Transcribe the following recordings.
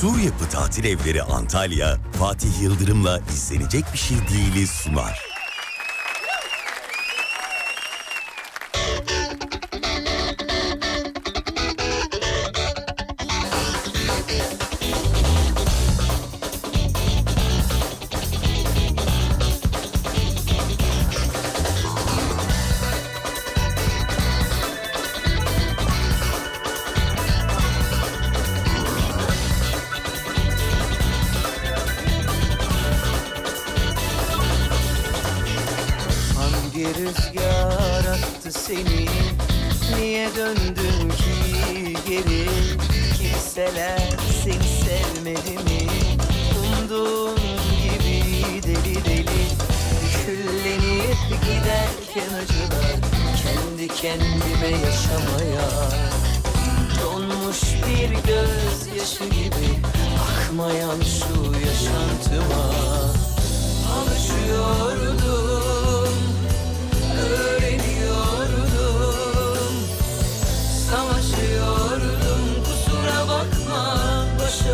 Sur Yapı Tatil Evleri Antalya, Fatih Yıldırım'la izlenecek bir şey değiliz sunar. Rüzgar attı seni, niye döndün ki geri? Kimseler seni sevmedi mi? Umduğun gibi deli deli küllenip giderken acılar, kendi kendime yaşamaya. Donmuş bir gözyaşı gibi akmayan şu yaşantıma alışıyordum. Öğreniyordum, savaşıyordum, kusura bakma,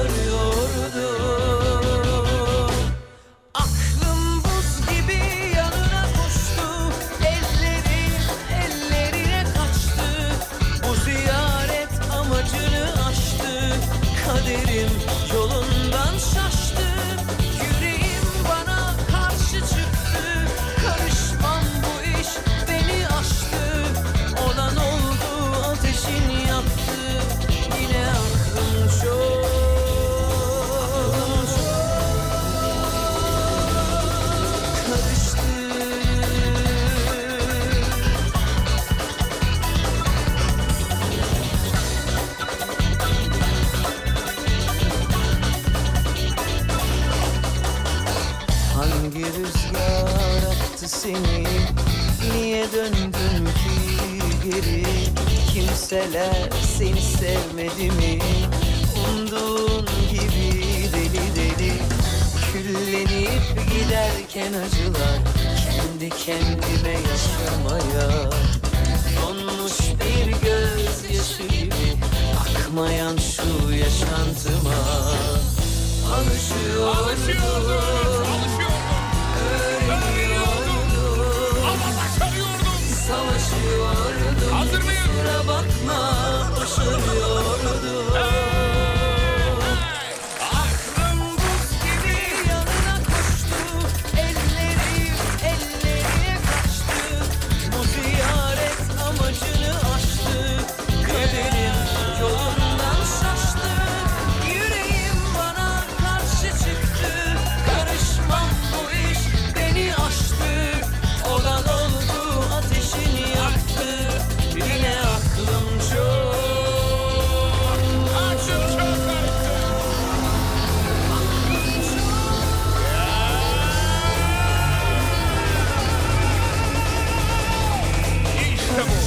başarıyordum. Aklım buz gibi yanına koştu, ellerim ellerine kaçtı. Bu ziyaret amacını aştı, kaderim yolundan şaştı. Yüreğim bana karşı çıktı, karışmam bu iş beni aştı. Olan oldu, ateşin yaktı, yine aklım çok karıştı. Hangi rüzgar attı seni, niye döndün ki geri? Kimseler seni sevmedi mi? Umduğun gibi deli deli küllenip giderken acılar, kendi kendime yaşamaya. Donmuş bir gözyaşı gibi akmayan şu yaşantıma alışıyordum. Savaşıyordum, hazır mıyım? Kusura bakma, başarıyordum. Aklım buz gibi yanına koştu, ellerim ellerine kaçtı. Bu ziyaret amacını aştı, kaderim yolundan şaştı. Yüreğim bana karşı çıktı, karışmam bu iş beni aştı. Olan oldu, ateşin yaktı, yine aklım çok İşte bu.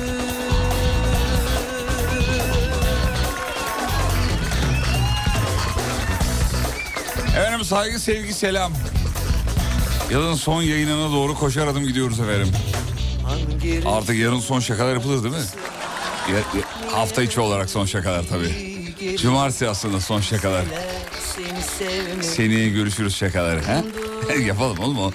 Efendim saygı, sevgi, selam. Yılın son yayınına doğru koşar adım gidiyoruz efendim. Artık yarın son şakalar yapılır değil mi? Hafta içi olarak son şakalar tabii. Cumartesi aslında son şakalar. Seneye görüşürüz şakaları. Ha? Yapalım oğlum o.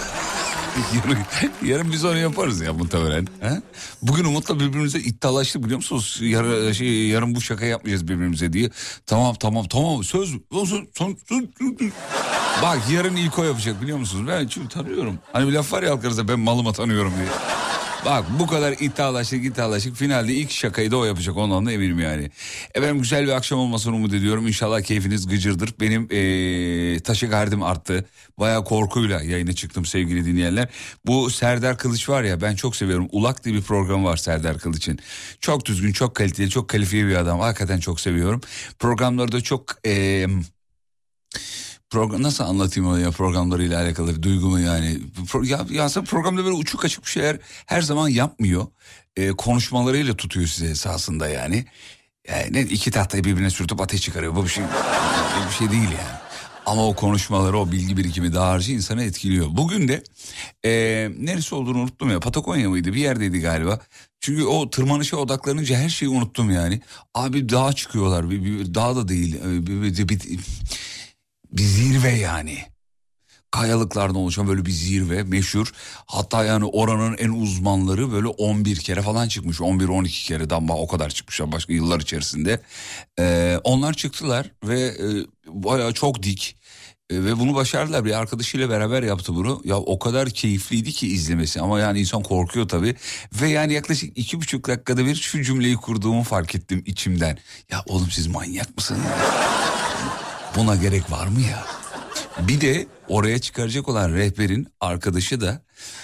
Yarın biz onu yaparız ya muhtemelen. Ha? Bugün Umut'la birbirimize iddialaştık biliyor musunuz? Yarın bu şaka yapmayacağız birbirimize diye. Tamam söz. Bak yarın ilk o yapacak biliyor musunuz? Ben çünkü tanıyorum. Hani bir laf var ya halk arasında, ben malıma tanıyorum diye. Bak bu kadar iddialaştık. Finalde ilk şakayı da o yapacak, ondan da eminim yani. Efendim güzel bir akşam olmasını umut ediyorum. İnşallah keyfiniz gıcırdır. Benim taşikardim arttı. Bayağı korkuyla yayına çıktım sevgili dinleyenler. Bu Serdar Kılıç var ya, ben çok seviyorum. Ulak diye bir program var Serdar Kılıç'ın. Çok düzgün, çok kaliteli, çok kalifiye bir adam. Hakikaten çok seviyorum. Programları da çok... nasıl anlatayım onu ya, programlarıyla alakalı duygumu yani. Ya aslında programda böyle uçuk açık bir şeyler her zaman yapmıyor. Konuşmalarıyla tutuyor size esasında yani. Yani iki tahtayı birbirine sürtüp ateş çıkarıyor. Bu bir şey değil yani. Ama o konuşmaları, o bilgi birikimi dağarcığı insanı etkiliyor. Bugün de neresi olduğunu unuttum ya. Patagonya mıydı? Bir yerdeydi galiba. Çünkü o tırmanışa odaklanınca her şeyi unuttum yani. Abi dağa çıkıyorlar. Bir dağ da değil. Bir zirve yani. Kayalıklardan oluşan böyle bir zirve meşhur. Hatta yani oranın en uzmanları böyle 11 kere falan çıkmış. 11-12 kereden o kadar çıkmışlar başka yıllar içerisinde. Onlar çıktılar ve bayağı çok dik. Ve bunu başardılar. Bir arkadaşıyla beraber yaptı bunu. Ya o kadar keyifliydi ki izlemesi. Ama yani insan korkuyor tabii. Ve yani yaklaşık 2,5 dakikada bir şu cümleyi kurduğumu fark ettim içimden. Ya oğlum siz manyak mısınız? Buna gerek var mı ya? Bir de oraya çıkaracak olan rehberin arkadaşı da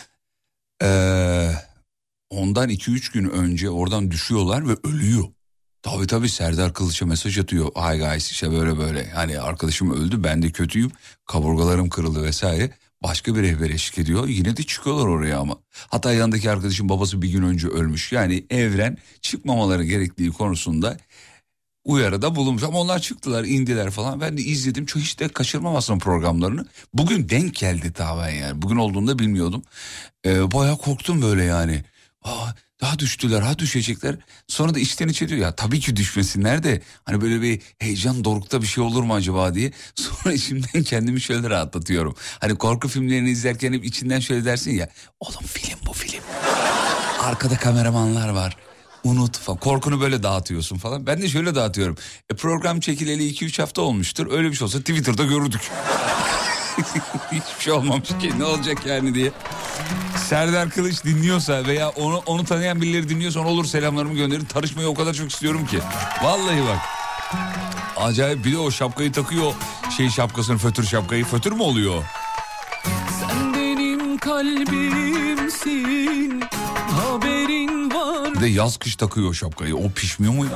ondan 2-3 gün önce oradan düşüyorlar ve ölüyor. Tabii Serdar Kılıç'a mesaj atıyor. Hi guys işte böyle. Hani arkadaşım öldü, ben de kötüyüm. Kaburgalarım kırıldı vesaire. Başka bir rehber eşlik ediyor. Yine de çıkıyorlar oraya ama. Hatta yanındaki arkadaşın babası bir gün önce ölmüş. Yani evren çıkmamaları gerektiği konusunda uyarıda bulunmuş. Ama onlar çıktılar, indiler falan. Ben de izledim. Çok hiç de kaçırmam aslında programlarını. Bugün denk geldi tamamen yani. Bugün olduğunu da bilmiyordum. Bayağı korktum böyle yani. Daha düştüler, düşecekler. Sonra da içten içe diyor ya tabii ki düşmesinler de hani böyle bir heyecan dorukta bir şey olur mu acaba diye. Sonra içimden kendimi şöyle rahatlatıyorum. Hani korku filmlerini izlerken hep içinden şöyle dersin ya. Oğlum film bu film. Arkada kameramanlar var. Unut falan. Korkunu böyle dağıtıyorsun falan. Ben de şöyle dağıtıyorum. Program çekileli 2-3 hafta olmuştur. Öyle bir şey olsa Twitter'da görürdük. Hiçbir şey olmamış ki ne olacak yani diye. Serdar Kılıç dinliyorsa veya onu tanıyan birileri dinliyorsa ona olur selamlarımı gönderin. Tanışmayı o kadar çok istiyorum ki. Vallahi bak. Acayip, bir de o şapkayı takıyor. Şapkasını, fötür şapkayı. Fötür mü oluyor? Sen benim kalbimsin, haberin var. Bir de yaz kış takıyor o şapkayı. O pişmiyor mu ya?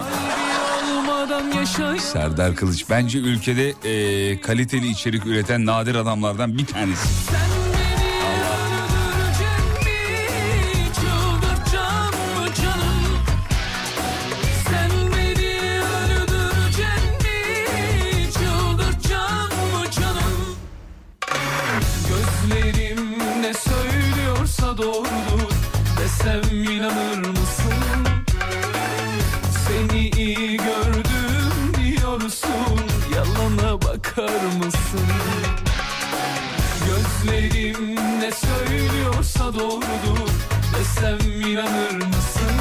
Serdar Kılıç bence ülkede kaliteli içerik üreten nadir adamlardan bir tanesi. Gözlerim ne söylüyorsa doğrudur desem inanır mısın? Seni iyi gördüm diyorsun, yalana bakar mısın? Gözlerim ne söylüyorsa doğrudur desem inanır mısın?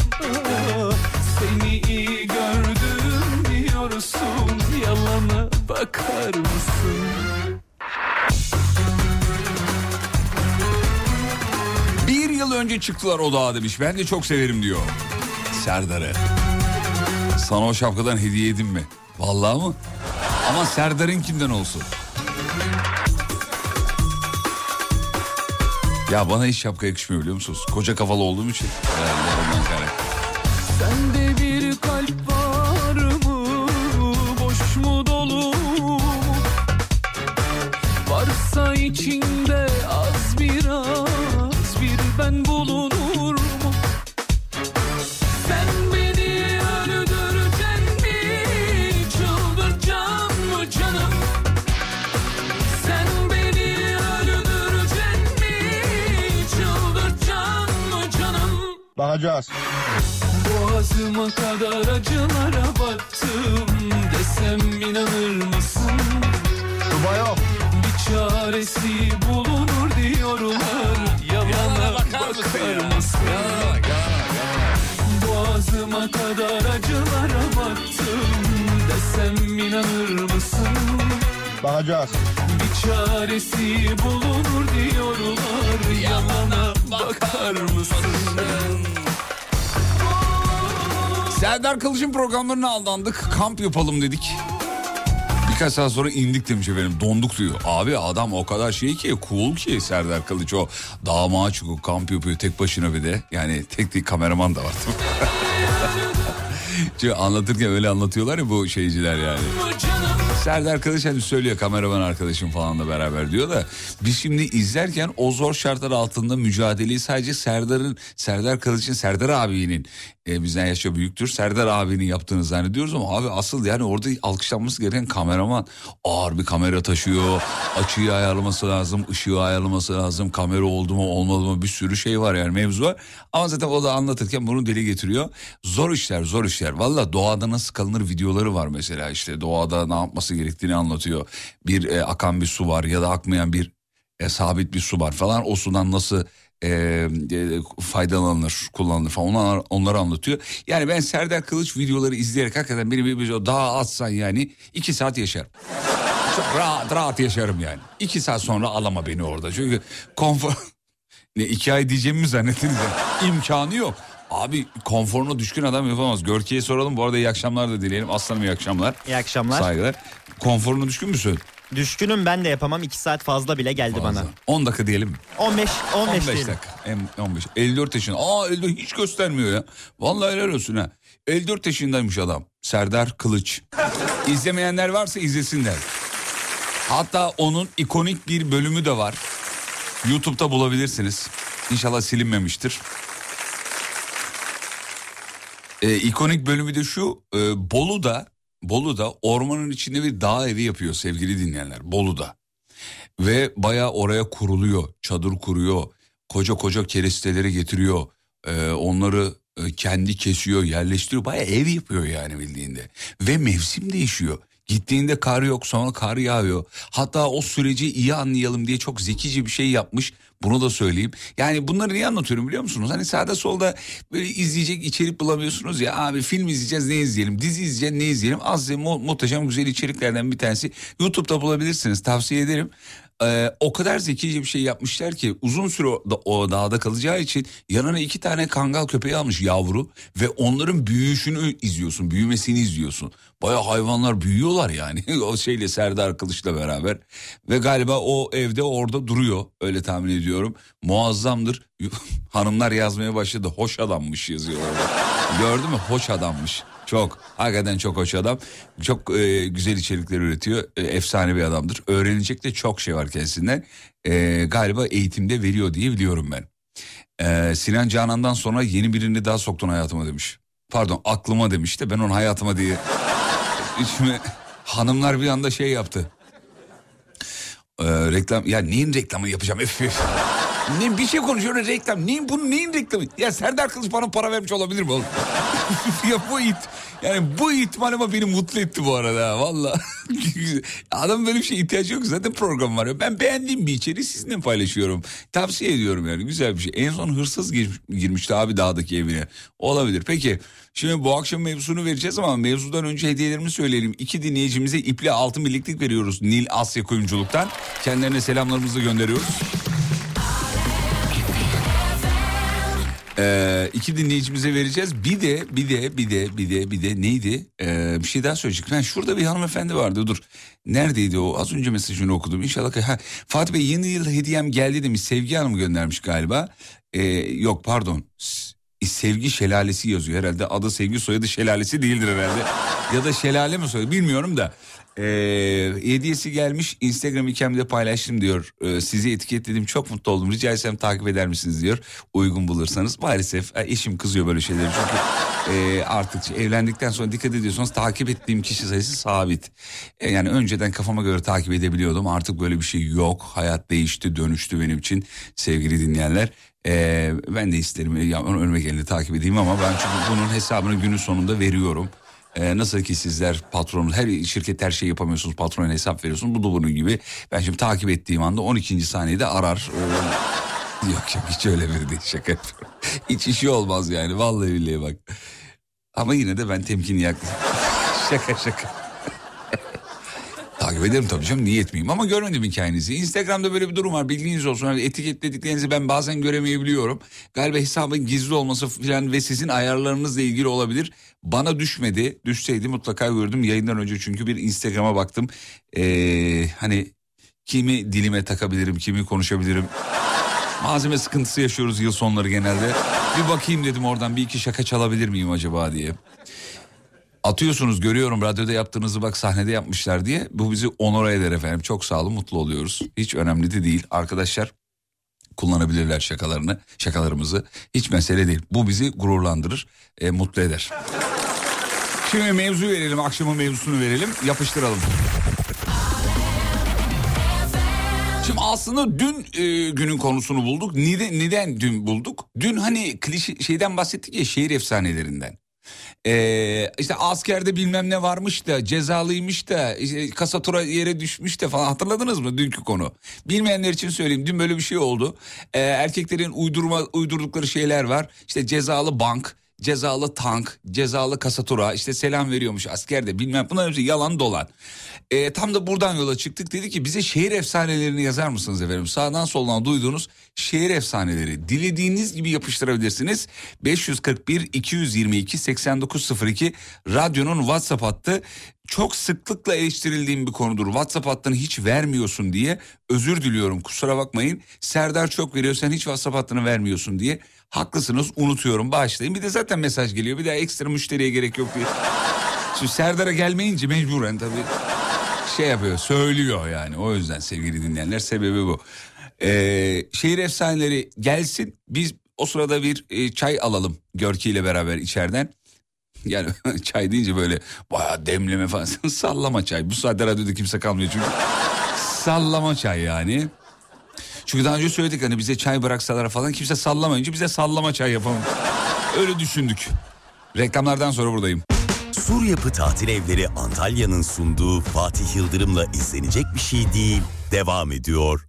Seni iyi gördüm diyorsun, yalana bakar mısın? Bir yıl önce çıktılar o dağa demiş. Ben de çok severim diyor Serdar'ı. Sana o şapkadan hediye edin mi? Vallahi mı? Ama Serdar'ınkinden olsun. Ya bana hiç şapka yakışmıyor biliyor musunuz? Koca kafalı olduğum için. Sende bir kalp var mı? Boş mu dolu mu? Varsa içinde az biraz bir ben bulunur mu? Sen beni öldüreceksin mi? Çıldıracağım mı canım? Sen beni öldüreceksin mi? Çıldıracağım mı canım? Bakacağız. Boğazıma kadar acılara baktım desem inanır mısın? Duba yok. Bir çaresi bulunur diyorlar, yalana bakar mısın? Boğazıma kadar acılara baktım desem inanır mısın? Bakacağız. Bir çaresi bulunur diyorlar, yalana bakar mısın? Serdar Kılıç'ın programlarına aldandık. Kamp yapalım dedik. Birkaç saat sonra indik demiş efendim. Donduk diyor. Abi adam o kadar şey ki, cool ki Serdar Kılıç. O dağ çıkıyor, kamp yapıyor tek başına bir de. Yani tek kameraman da var. Çünkü anlatırken öyle anlatıyorlar ya bu şeyciler yani. Serdar Kılıç hani söylüyor kameraman arkadaşım falanla beraber diyor da biz şimdi izlerken o zor şartlar altında mücadeleyi sadece Serdar Kılıç'ın, Serdar abinin Bizden yaşça büyüktür. Serdar abinin yaptığını zannediyoruz ama abi asıl yani orada alkışlanması gereken kameraman. Ağır bir kamera taşıyor. Açıyı ayarlaması lazım, ışığı ayarlaması lazım. Kamera oldu mu olmadı mı, bir sürü şey var yani, mevzu var. Ama zaten o da anlatırken bunu dile getiriyor. Zor işler, zor işler. Valla doğada nasıl kalınır videoları var mesela, işte doğada ne yapması gerektiğini anlatıyor. Bir akan bir su var ya da akmayan bir sabit bir su var falan. O sudan nasıl faydalanılır, kullanılır falan, onları anlatıyor. Yani ben Serdar Kılıç videoları izleyerek hakikaten beni bir video daha atsan yani 2 saat yaşarım. Çok rahat yaşarım yani. 2 saat sonra alama beni orada. Çünkü konfor... Ne 2 ay diyeceğimi mi zannettiniz ya? İmkanı yok. Abi konforuna düşkün adam yapamaz. Görke'ye soralım. Bu arada iyi akşamlar da dileyelim. Aslanım iyi akşamlar. İyi akşamlar. Saygılar. Konforuna düşkün müsün? Düşkünüm, ben de yapamam. 2 saat fazla bile geldi bana. 10 dakika diyelim mi? 15 dakika. 15. 54 yaşında. 54 hiç göstermiyor ya. Vallahi helal olsun ha. 54 yaşındaymış adam. Serdar Kılıç. İzlemeyenler varsa izlesinler. Hatta onun ikonik bir bölümü de var. YouTube'da bulabilirsiniz. İnşallah silinmemiştir. İkonik bölümü de şu. Bolu'da ormanın içinde bir dağ evi yapıyor sevgili dinleyenler. Bolu'da. Ve bayağı oraya kuruluyor. Çadır kuruyor. Koca keresteleri getiriyor. Onları kendi kesiyor, yerleştiriyor. Bayağı ev yapıyor yani bildiğinde. Ve mevsim değişiyor. Gittiğinde kar yok, sonra kar yağıyor. Hatta o süreci iyi anlayalım diye çok zekice bir şey yapmış. Bunu da söyleyeyim. Yani bunları niye anlatıyorum biliyor musunuz? Hani sağda solda böyle izleyecek içerik bulamıyorsunuz ya. Abi film izleyeceğiz, ne izleyelim? Dizi izleyeceğiz, ne izleyelim? Az muhteşem güzel içeriklerden bir tanesi. YouTube'da bulabilirsiniz, tavsiye ederim. O kadar zekice bir şey yapmışlar ki uzun süre o dağda kalacağı için yanına 2 tane kangal köpeği almış, yavru, ve onların büyüyüşünü izliyorsun, büyümesini izliyorsun. Bayağı hayvanlar büyüyorlar yani o şeyle, Serdar Kılıç'la beraber, ve galiba o evde orada duruyor, öyle tahmin ediyorum. Muazzamdır. Hanımlar yazmaya başladı, hoş adammış yazıyor orada. Gördün mü, hoş adammış. Çok, hakikaten çok hoş adam. Çok güzel içerikler üretiyor. Efsane bir adamdır. Öğrenecek de çok şey var kendisinden. Galiba eğitimde veriyor diye biliyorum ben. Sinan Canan'dan sonra yeni birini daha soktun hayatıma demiş. Pardon, aklıma demiş de ben onu hayatıma diye. İçime, hanımlar bir anda şey yaptı. Reklam, ya neyin reklamını yapacağım? Ne bir şey konuşuyor, reklam. Neyin reklamı? Ya Serdar Kılıç bana para vermiş olabilir mi oğlum? Ya bu ihtimal ama beni mutlu etti bu arada valla. Adam böyle bir şeye ihtiyacı yok, zaten program var ya. Ben beğendiğim bir içeriği sizinle paylaşıyorum. Tavsiye ediyorum yani, güzel bir şey. En son hırsız girmişti abi dağdaki evine. Olabilir. Peki şimdi bu akşam mevzusunu vereceğiz ama mevzudan önce hediyelerimi söyleyelim. 2 dinleyicimize iple altın bileklik veriyoruz Nil Asya Kuyumculuk'tan. Kendilerine selamlarımızı gönderiyoruz. 2 dinleyicimize vereceğiz. Bir de neydi? Bir şey daha söyleyecek. Ben şurada bir hanımefendi vardı. Dur. Neredeydi o? Az önce mesajını okudum. İnşallah. Fatih Bey, yeni yıl hediyem geldi demiş. Sevgi Hanım göndermiş galiba. Yok pardon. Sevgi Şelalesi yazıyor herhalde. Adı Sevgi, soyadı Şelalesi değildir herhalde. Ya da Şelale mi soyadı bilmiyorum da. Hediyesi gelmiş, Instagram hikayemde paylaştım diyor. Sizi etiketledim, çok mutlu oldum, rica etsem takip eder misiniz diyor, uygun bulursanız. Maalesef eşim kızıyor böyle şeyleri çünkü artık evlendikten sonra dikkat ediyorsanız takip ettiğim kişi sayısı sabit. Yani önceden kafama göre takip edebiliyordum, artık böyle bir şey yok. Hayat değişti, dönüştü benim için sevgili dinleyenler. Ben de isterim ya, önüme geleni takip edeyim ama ben çünkü bunun hesabını günün sonunda veriyorum. Nasıl ki sizler patronun, her şirket her şeyi yapamıyorsunuz, patrona hesap veriyorsunuz, bu da bunun gibi. Ben şimdi takip ettiğim anda 12. saniyede arar. Yok hiç öyle biri değil, şaka yapıyorum. Hiç işi olmaz yani, vallahi billahi bak. Ama yine de ben temkinli yaklaşıyorum. şaka. Takip ederim tabii canım, niye etmeyeyim, ama görmedim hikayenizi. Instagram'da böyle bir durum var, bilginiz olsun. Yani etiketlediklerinizi ben bazen göremeyebiliyorum. Galiba hesabın gizli olması falan ve sizin ayarlarınızla ilgili olabilir. Bana düşmedi, düşseydi mutlaka gördüm yayından önce, çünkü bir Instagram'a baktım. Hani kimi dilime takabilirim, kimi konuşabilirim. Malzeme sıkıntısı yaşıyoruz yıl sonları genelde. Bir bakayım dedim oradan, bir iki şaka çalabilir miyim acaba diye. Atıyorsunuz, görüyorum radyoda yaptığınızı, bak sahnede yapmışlar diye. Bu bizi onore eder efendim. Çok sağ olun, mutlu oluyoruz. Hiç önemli de değil arkadaşlar. kullanabilirler şakalarımızı. Hiç mesele değil. Bu bizi gururlandırır, mutlu eder. Şimdi mevzu verelim, akşamın mevzusunu verelim, yapıştıralım. Şimdi aslında dün günün konusunu bulduk. Neden dün bulduk? Dün hani klişe şeyden bahsettik ya, şehir efsanelerinden. İşte askerde bilmem ne varmış da, cezalıymış da, işte kasatura yere düşmüş de falan, hatırladınız mı dünkü konu? Bilmeyenler için söyleyeyim, dün böyle bir şey oldu. Erkeklerin uydurdukları şeyler var. İşte cezalı bank, cezalı tank, cezalı kasatura, işte selam veriyormuş askerde, bilmem, bunlar hepsi yalan dolan. Tam da buradan yola çıktık, dedi ki bize şehir efsanelerini yazar mısınız efendim? Sağdan soldan duyduğunuz şehir efsaneleri dilediğiniz gibi yapıştırabilirsiniz. 541-222-8902 radyonun WhatsApp hattı. Çok sıklıkla eleştirildiğim bir konudur. WhatsApp hattını hiç vermiyorsun diye özür diliyorum, kusura bakmayın. Serdar çok veriyor, sen hiç WhatsApp hattını vermiyorsun diye. Haklısınız, unutuyorum, bağışlayın. Bir de zaten mesaj geliyor, bir daha ekstra müşteriye gerek yok diye. Şimdi Serdar'a gelmeyince mecburen tabii şey yapıyor, söylüyor yani. O yüzden sevgili dinleyenler, sebebi bu. Şehir efsaneleri gelsin, biz o sırada bir çay alalım Görki ile beraber içeriden. Yani çay deyince böyle bayağı demleme falan, sallama çay. Bu saatte radyoda kimse kalmıyor çünkü. Sallama çay yani. Çünkü daha önce söyledik, hani bize çay bıraksalar falan, kimse sallamayınca bize sallama çay yapalım. Öyle düşündük. Reklamlardan sonra buradayım. Sur Yapı Tatil Evleri Antalya'nın sunduğu Fatih Yıldırım'la izlenecek bir şey değil devam ediyor.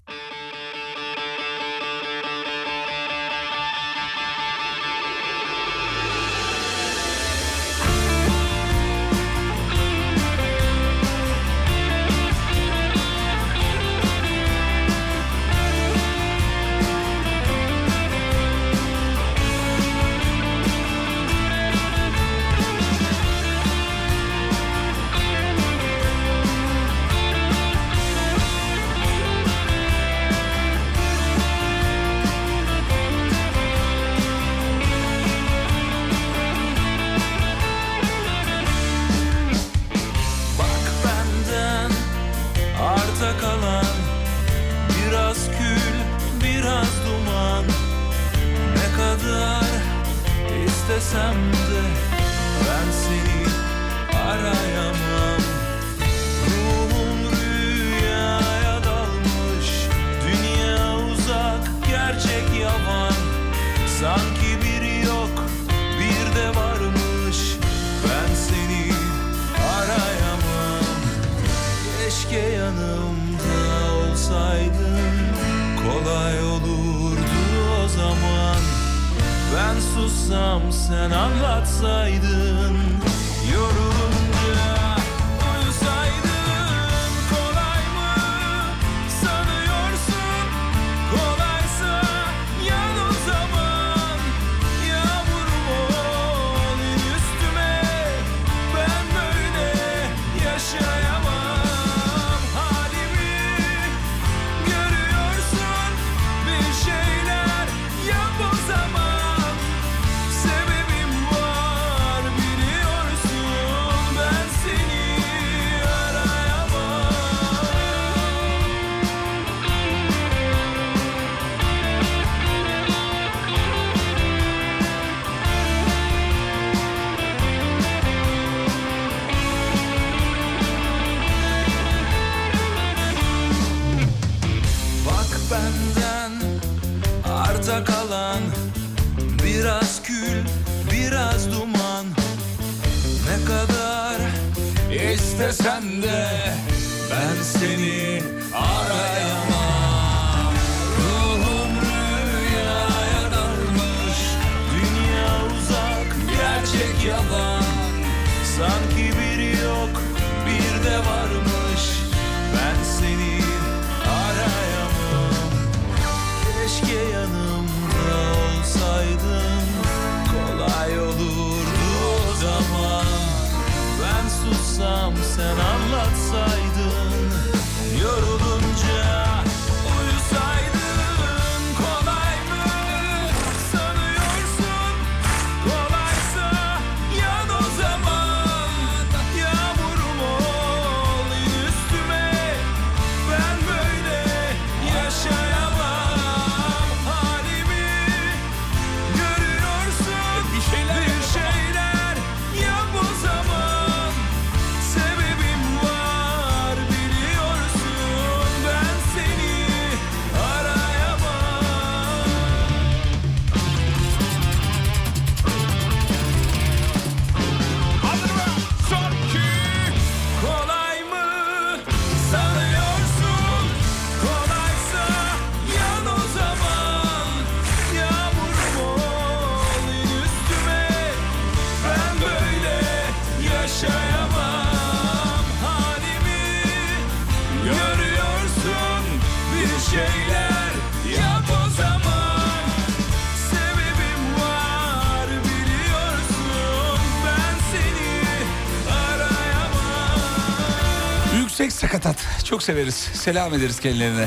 Seks sakatat. Çok severiz. Selam ederiz kendilerine.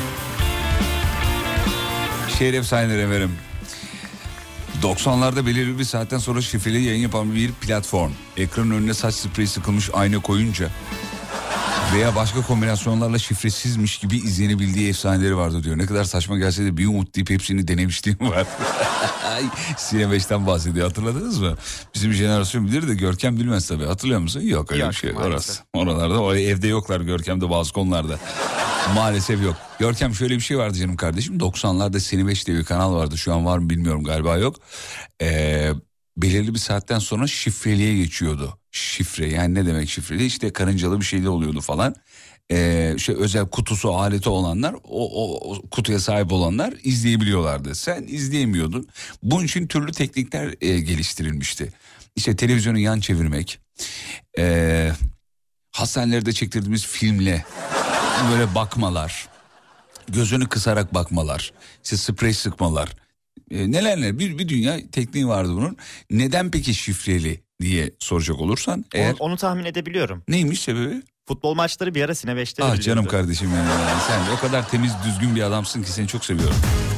Şehir efsaneleri efendim. 90'larda belirli bir saatten sonra şifreli yayın yapan bir platform. Ekranın önüne saç spreyi sıkılmış ayna koyunca veya başka kombinasyonlarla şifresizmiş gibi izlenebildiği efsaneleri vardı diyor. Ne kadar saçma gelse de bir umut deyip hepsini denemişliğim var. Sine 5'ten bahsediyor, hatırladınız mı? Bizim jenerasyon bilir de Görkem bilmez tabii. Hatırlıyor musun? Yok öyle bir şey. Orası. Oralarda, o evde yoklar Görkem'de bazı konularda. Maalesef yok. Görkem şöyle bir şey vardı canım kardeşim. 90'larda Sine 5 diye bir kanal vardı. Şu an var mı bilmiyorum, galiba yok. Belirli bir saatten sonra şifreliğe geçiyordu. Şifre yani ne demek şifreli? İşte karıncalı bir şeyle oluyordu falan. Özel kutusu, aleti olanlar, o kutuya sahip olanlar izleyebiliyorlardı. Sen izleyemiyordun. Bunun için türlü teknikler geliştirilmişti. İşte televizyonu yan çevirmek, hastanelerde çektirdiğimiz filmle böyle bakmalar, gözünü kısarak bakmalar, işte sprey sıkmalar, neler bir dünya tekniği vardı bunun. Neden peki şifreli diye soracak olursan eğer... Onu tahmin edebiliyorum. Neymiş sebebi? Futbol maçları bir ara Sine 5'te Ah veriliyordu. canım kardeşim yani. Sen o kadar temiz düzgün bir adamsın ki seni çok seviyorum.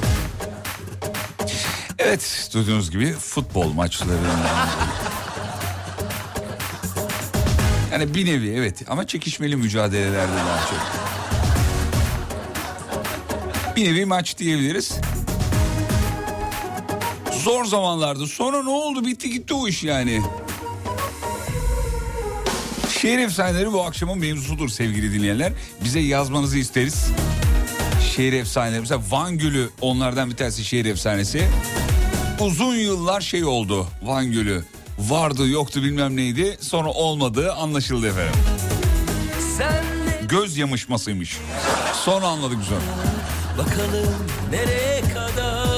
Evet, duyduğunuz gibi futbol maçlarından. Yani bir nevi evet, ama çekişmeli mücadelelerde daha çok. Bir nevi maç diyebiliriz. Zor zamanlardı. Sonra ne oldu? Bitti gitti o iş yani. Şehir efsaneleri bu akşamın mevzusudur sevgili dinleyenler. Bize yazmanızı isteriz. Şehir efsaneleri. Mesela Van Gölü onlardan bir tanesi, şehir efsanesi. Uzun yıllar şey oldu Van Gölü. Vardı yoktu bilmem neydi. Sonra olmadığı anlaşıldı efendim. Göz yamışmasıymış. Sonra anladık biz onu. Bakalım nereye kadar.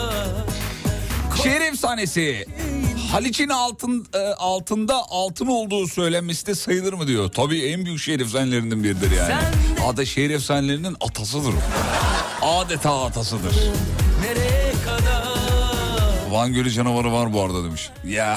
Şehir efsanesi. Haliç'in altında altın olduğu söylenmesi de sayılır mı diyor. Tabii en büyük şehir efsanelerinden biridir yani. Ada şehir efsanelerinin atasıdır. Adeta atasıdır. Nereye kadar? Van Gölü canavarı var bu arada demiş. Ya.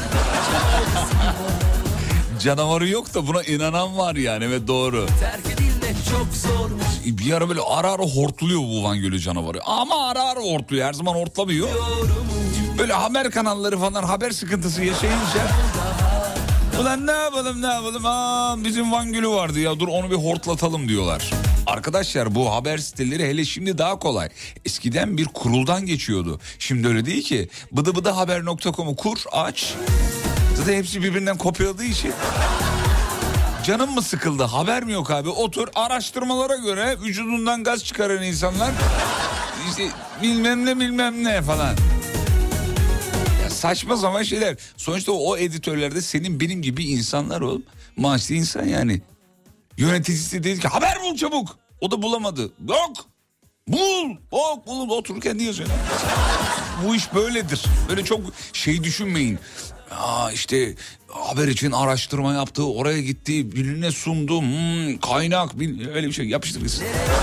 Canavarı yok da buna inanan var yani, evet doğru. Terk edilmek çok zormuş. Bir ara böyle ara ara hortluyor bu Van Gölü canavarı. Ama ara ara hortluyor, her zaman hortlamıyor. Böyle haber kanalları falan haber sıkıntısı yaşayınca ulan ne yapalım bizim Van Gölü vardı ya, dur onu bir hortlatalım diyorlar. Arkadaşlar bu haber siteleri hele şimdi daha kolay. Eskiden bir kuruldan geçiyordu. Şimdi öyle değil ki. bıdıbıdıhaber.com'u kur, aç. Zaten hepsi birbirinden kopyaladığı için. Canım mı sıkıldı? Haber mi yok abi? Otur, araştırmalara göre vücudundan gaz çıkaran insanlar işte bilmem ne falan. Ya saçma sapan şeyler. Sonuçta o editörlerde senin benim gibi insanlar ol. Maaşlı insan yani. Yöneticisi dedi ki haber bul çabuk. O da bulamadı. Yok. Bul. Otururken diye söyle. Bu iş böyledir. Böyle çok şey düşünmeyin. İşte haber için araştırma yaptı, oraya gitti, birine sundu, kaynak, öyle bir şey yapıştır biz.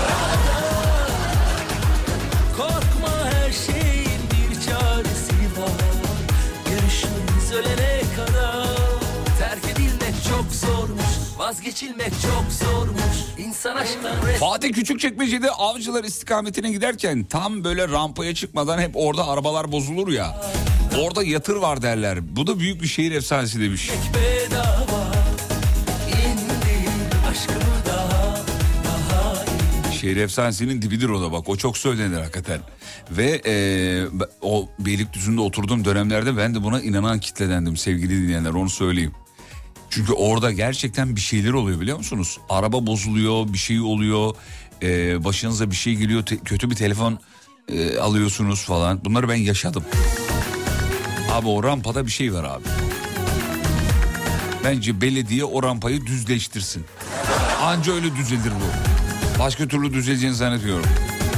Korkma, her şeyin bir çaresi var. Görüşürüz ölene kadar. Terk edilmek çok zormuş. Vazgeçilmek çok zormuş. İnsan aşkından Fatih Küçükçekmece'de Avcılar istikametine giderken tam böyle rampaya çıkmadan hep orada arabalar bozulur ya. Orada yatır var derler. Bu da büyük bir şehir efsanesi demiş. bedava. İndir aşkımı daha indir. Şehir efsanesinin dibidir o da, bak o çok söylenir hakikaten. Ve o Beylikdüzü'nde oturduğum dönemlerde ben de buna inanan kitledendim sevgili dinleyenler, onu söyleyeyim. Çünkü orada gerçekten bir şeyler oluyor biliyor musunuz? Araba bozuluyor, bir şey oluyor, başınıza bir şey geliyor, kötü bir telefon alıyorsunuz falan. Bunları ben yaşadım. Abi o rampada bir şey var abi. Bence belediye o rampayı düzleştirsin. Anca öyle düzelir bu. Başka türlü düzeleceğini zannediyorum.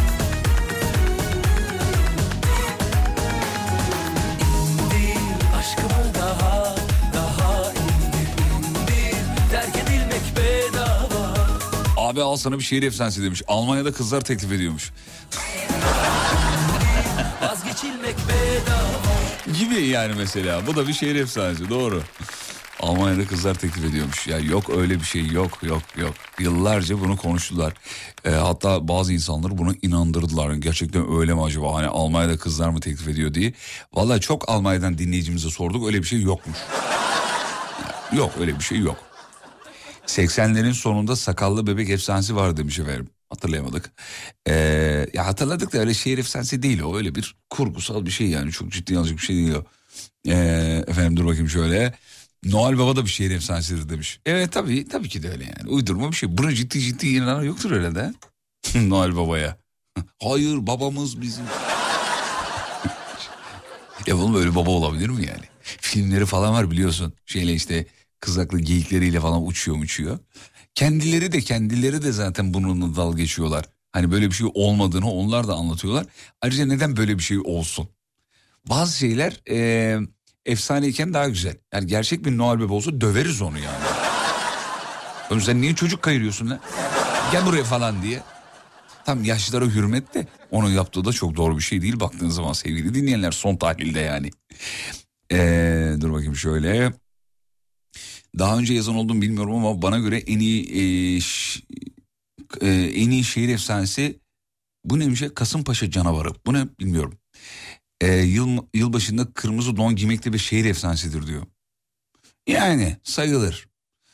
Aşkımı daha indir. Terk edilmek bedava. Abi al sana bir şehir efsanesi demiş. Almanya'da kızlar teklif ediyormuş. Vazgeçilmek bedava. Gibi yani mesela. Bu da bir şehir efsanesi, doğru. Almanya'da kızlar teklif ediyormuş. Ya yok öyle bir şey, yok. Yıllarca bunu konuştular. Hatta bazı insanları buna inandırdılar. Gerçekten öyle mi acaba? Hani Almanya'da kızlar mı teklif ediyor diye. Vallahi çok Almanya'dan dinleyicimize sorduk, öyle bir şey yokmuş. Yok, öyle bir şey yok. 80'lerin sonunda sakallı bebek efsanesi var demiş efendim. Hatırlayamadık. Ya hatırladık da öyle şehir efsanesi değil o. Öyle bir kurgusal bir şey yani. Çok ciddi alacak bir şey değil o. Efendim dur bakayım şöyle. Noel Baba da bir şehir efsanesidir demiş. Evet tabii ki de öyle yani. Uydurma bir şey. Buna ciddi inanan yoktur herhalde. Noel Baba'ya. Hayır babamız bizim. Oğlum öyle baba olabilir mi yani? Filmleri falan var biliyorsun. Şeyle işte kızaklı geyikleriyle falan uçuyor. Kendileri de zaten bununla dalga geçiyorlar. Hani böyle bir şey olmadığını onlar da anlatıyorlar. Ayrıca neden böyle bir şey olsun? Bazı şeyler efsaneyken daha güzel. Yani gerçek bir Noel Baba olsa döveriz onu yani. Oğlum sen niye çocuk kayırıyorsun lan? Gel buraya falan diye. Tam yaşlılara hürmet de onun yaptığı da çok doğru bir şey değil baktığınız zaman sevgili dinleyenler, son tahlilde yani. Dur bakayım şöyle. Daha önce yazan olduğumu bilmiyorum ama bana göre en iyi şehir efsanesi bu neymiş ya? Kasımpaşa canavarı. Bu ne bilmiyorum. Yılbaşında kırmızı don giymekte bir şehir efsanesidir diyor. Yani sayılır.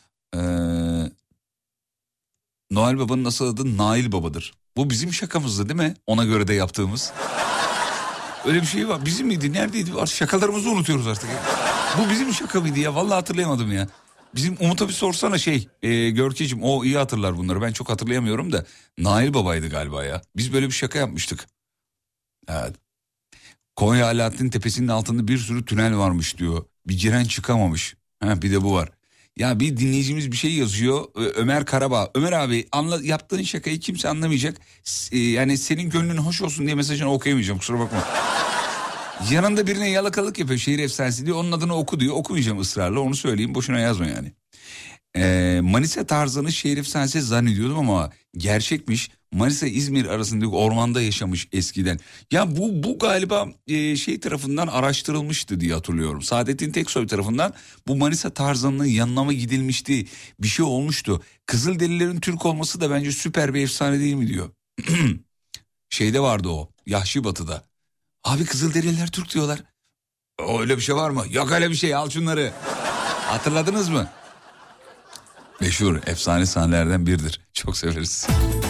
Noel Baba'nın asıl adı Nail Baba'dır. Bu bizim şakamızdı değil mi? Ona göre de yaptığımız. Öyle bir şey var. Bizim miydi? Neredeydi? Şakalarımızı unutuyoruz artık. Bu bizim şaka mıydı ya? Vallahi hatırlayamadım ya. Bizim Umut'a bir sorsana Görkeciğim, o iyi hatırlar bunları. Ben çok hatırlayamıyorum da. Nail Baba'ydı galiba ya. Biz böyle bir şaka yapmıştık. Evet. Konya Alaaddin Tepesi'nin altında bir sürü tünel varmış diyor. Bir giren çıkamamış. Bir de bu var. Ya bir dinleyicimiz bir şey yazıyor. Ömer Karabağ. Ömer abi yaptığın şakayı kimse anlamayacak. Yani senin gönlün hoş olsun diye mesajını okuyamayacağım, kusura bakma. Yanında birine yalakalık yapıyor, şehir efsanesi diyor. Onun adını oku diyor. Okumayacağım ısrarla, onu söyleyeyim, boşuna yazma yani. Manisa tarzını şehir efsanesi zannediyordum ama gerçekmiş. Manisa İzmir arasındaki ormanda yaşamış eskiden. Ya bu galiba tarafından araştırılmıştı diye hatırlıyorum. Saadettin Teksoy tarafından bu Manisa tarzının yanına mı gidilmişti, bir şey olmuştu. Kızılderililerin Türk olması da bence süper bir efsane değil mi diyor. Şeyde vardı o, Yahşi Batı'da. Abi Kızılderililer Türk diyorlar. Öyle bir şey var mı? Yok öyle bir şey, al şunları. Hatırladınız mı? Meşhur efsane sahnelerden biridir. Çok severiz.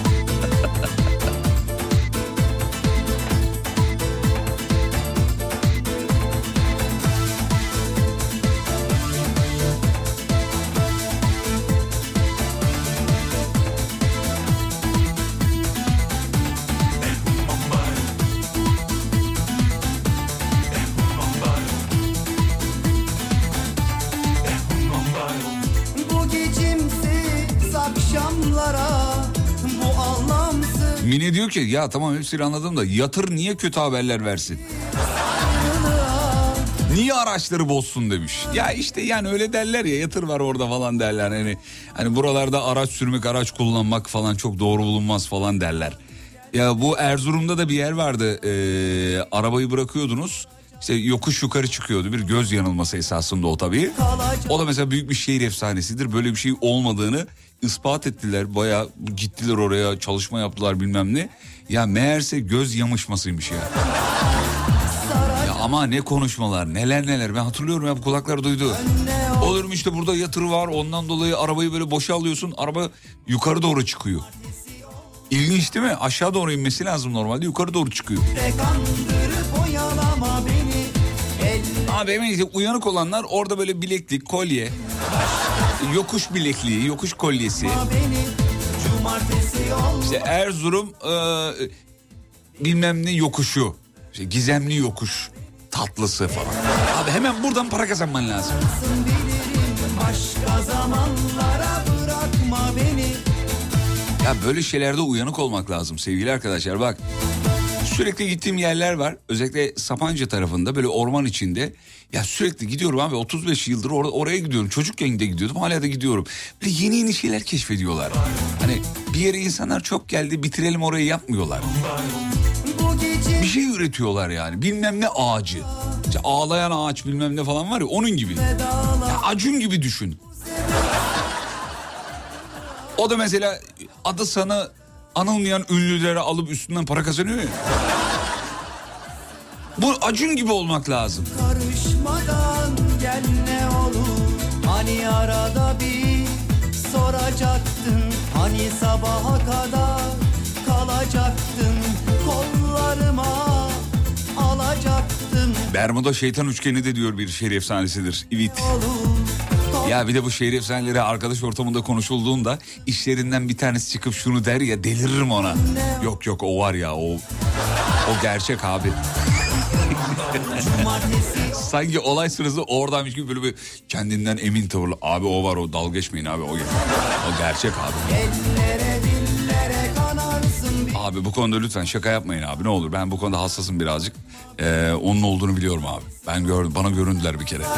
Mine diyor ki ya tamam hepsini anladım da yatır niye kötü haberler versin? Niye araçları bozsun demiş. Ya işte yani öyle derler ya, yatır var orada falan derler. Hani buralarda araç sürmek, araç kullanmak falan çok doğru bulunmaz falan derler. Ya bu Erzurum'da da bir yer vardı. Arabayı bırakıyordunuz. İşte yokuş yukarı çıkıyordu. Bir göz yanılması esasında o tabii. O da mesela büyük bir şehir efsanesidir. Böyle bir şey olmadığını ispat ettiler. Bayağı gittiler oraya, çalışma yaptılar bilmem ne. Ya meğerse göz yamışmasıymış ya. Ya ama ne konuşmalar, neler ben hatırlıyorum ya, bu kulaklar duydu. Olur mu işte burada yatır var, ondan dolayı arabayı böyle boşa alıyorsun, araba yukarı doğru çıkıyor. İlginç değil mi? Aşağı doğru inmesi lazım normalde, yukarı doğru çıkıyor. Abi eminim uyanık olanlar orada böyle bileklik, kolye, yokuş bilekliği, yokuş kolyesi. İşte Erzurum bilmem ne yokuşu, işte gizemli yokuş tatlısı falan. Abi hemen buradan para kazanman lazım. Ya böyle şeylerde uyanık olmak lazım sevgili arkadaşlar. Bak sürekli gittiğim yerler var. Özellikle Sapanca tarafında böyle orman içinde. Ya sürekli gidiyorum abi, 35 yıldır oraya gidiyorum. Çocukken de gidiyordum, hala da gidiyorum. Böyle yeni şeyler keşfediyorlar. Hani bir yere insanlar çok geldi, bitirelim orayı yapmıyorlar. Bir şey üretiyorlar yani, bilmem ne ağacı. İşte ağlayan ağaç bilmem ne falan var ya, onun gibi. Ya Acun gibi düşün. O da mesela adı sana anılmayan ünlülere alıp üstünden para kazanıyor ya. Bu Acun gibi olmak lazım. Karışmadan gel ne olur. Hani arada bir soracaktın. Hani sabaha kadar kalacaktın. Kollarıma alacaktın. Bermuda şeytan üçgeni de diyor bir şehir efsanesidir. Evet. Ya bir de bu şehir efsaneleri arkadaş ortamında konuşulduğunda işlerinden bir tanesi çıkıp şunu der ya, deliririm ona. Yok yok, o var ya, o gerçek abi. Sanki olay sırası oradaymış gibi böyle bir kendinden emin tavırlı. Abi o var, o, dalga geçmeyin abi, o gerçek abi. Abi bu konuda lütfen şaka yapmayın abi, ne olur. Ben bu konuda hassasım birazcık. Onun olduğunu biliyorum abi. Ben gördüm, bana göründüler bir kere.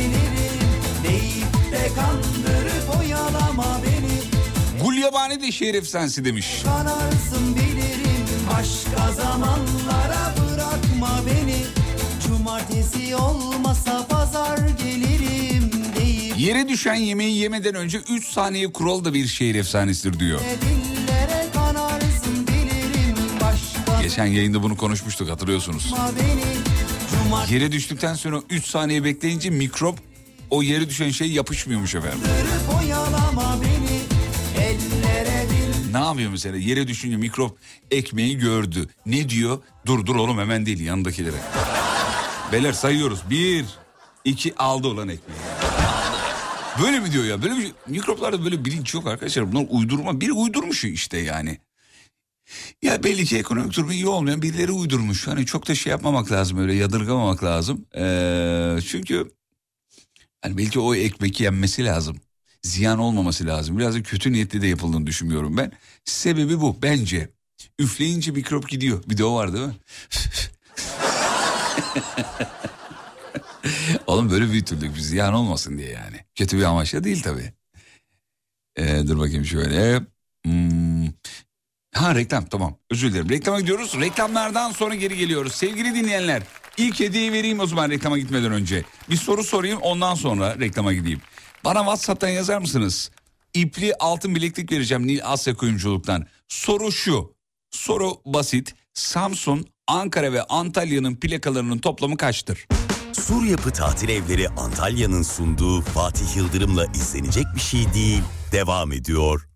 Gulyabani de şehir efsanesi demiş. Kanarsın bilirim, başka zamanlara bırakma beni. Cumartesi olmasa pazar gelirim deyip Yere düşen yemeği yemeden önce 3 saniye kuralı da bir şehir efsanesidir diyor. dillere kanarsın bilirim, başka Geçen yayında bunu konuşmuştuk, hatırlıyorsunuz. beni. Yere düştükten sonra 3 saniye bekleyince mikrop o yere düşen şey yapışmıyormuş efendim. Oyalama beni, ellere dil. Ne yapıyor mesela? Yere düşünce mikrop ekmeği gördü. Ne diyor? Dur oğlum, hemen değil, yanındakilere. Beyler sayıyoruz. 1, 2, aldı olan ekmeği. Böyle mi diyor ya? Böyle bir şey. Mikroplarda böyle bilinç yok arkadaşlar. Bunlar uydurma. Biri uydurmuş işte yani. Ya belli ki ekonomik durumu iyi olmayan birileri uydurmuş. Hani çok da şey yapmamak lazım, öyle yadırgamamak lazım. Çünkü hani belki o ekmek yenmesi lazım. Ziyan olmaması lazım. Biraz da kötü niyetli de yapıldığını düşünmüyorum ben. Sebebi bu bence. Üfleyince mikrop gidiyor. Bir de o var değil mi? Oğlum böyle büyütüldük biz, ziyan olmasın diye yani. Kötü bir amaçla değil tabii. Dur bakayım şöyle. Reklam, tamam, özür dilerim. Reklama gidiyoruz. Reklamlardan sonra geri geliyoruz. Sevgili dinleyenler, ilk hediyeyi vereyim o zaman reklama gitmeden önce. Bir soru sorayım, ondan sonra reklama gideyim. Bana WhatsApp'tan yazar mısınız? İpli altın bileklik vereceğim Nil Asya Kuyumculuk'tan. Soru şu. Soru basit. Samsun, Ankara ve Antalya'nın plakalarının toplamı kaçtır? Sur Yapı Tatil Evleri Antalya'nın sunduğu Fatih Yıldırım'la izlenecek bir şey değil, devam ediyor.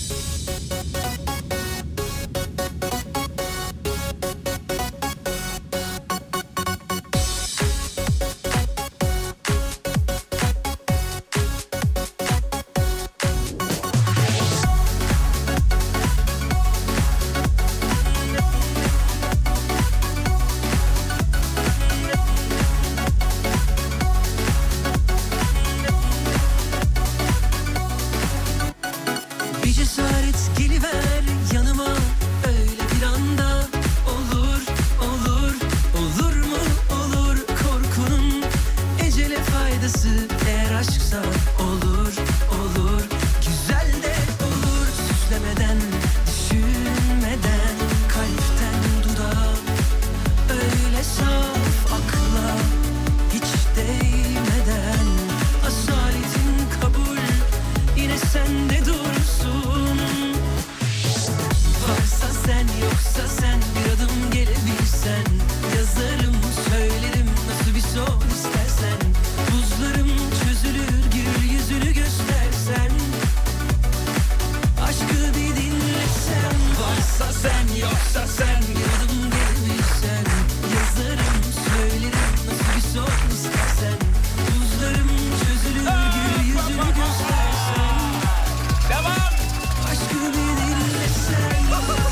Bir cesaret geliver yanıma öyle bir anda. Olur, olur, olur mu olur. Korkunun ecele faydası eğer aşksa olur, olur. Güzel de olur, süslemeden, düşünmeden. Kalpten dudağa öyle saf, akla hiç değmeden. Asaletin kabul yine sende dursun. Varsa sen yoksa sen, bir adım gelebilsen. Yazarım söylerim nasıl bir son istersen. Buzlarım çözülür gül yüzünü göstersen. Aşkı bir dinlesen. Varsa sen yoksa sen, bir adım gelebilsen. Yazarım söylerim nasıl bir son istersen. Buzlarım çözülür gül yüzünü göstersen. Devam. Aşkı bir dinlesen.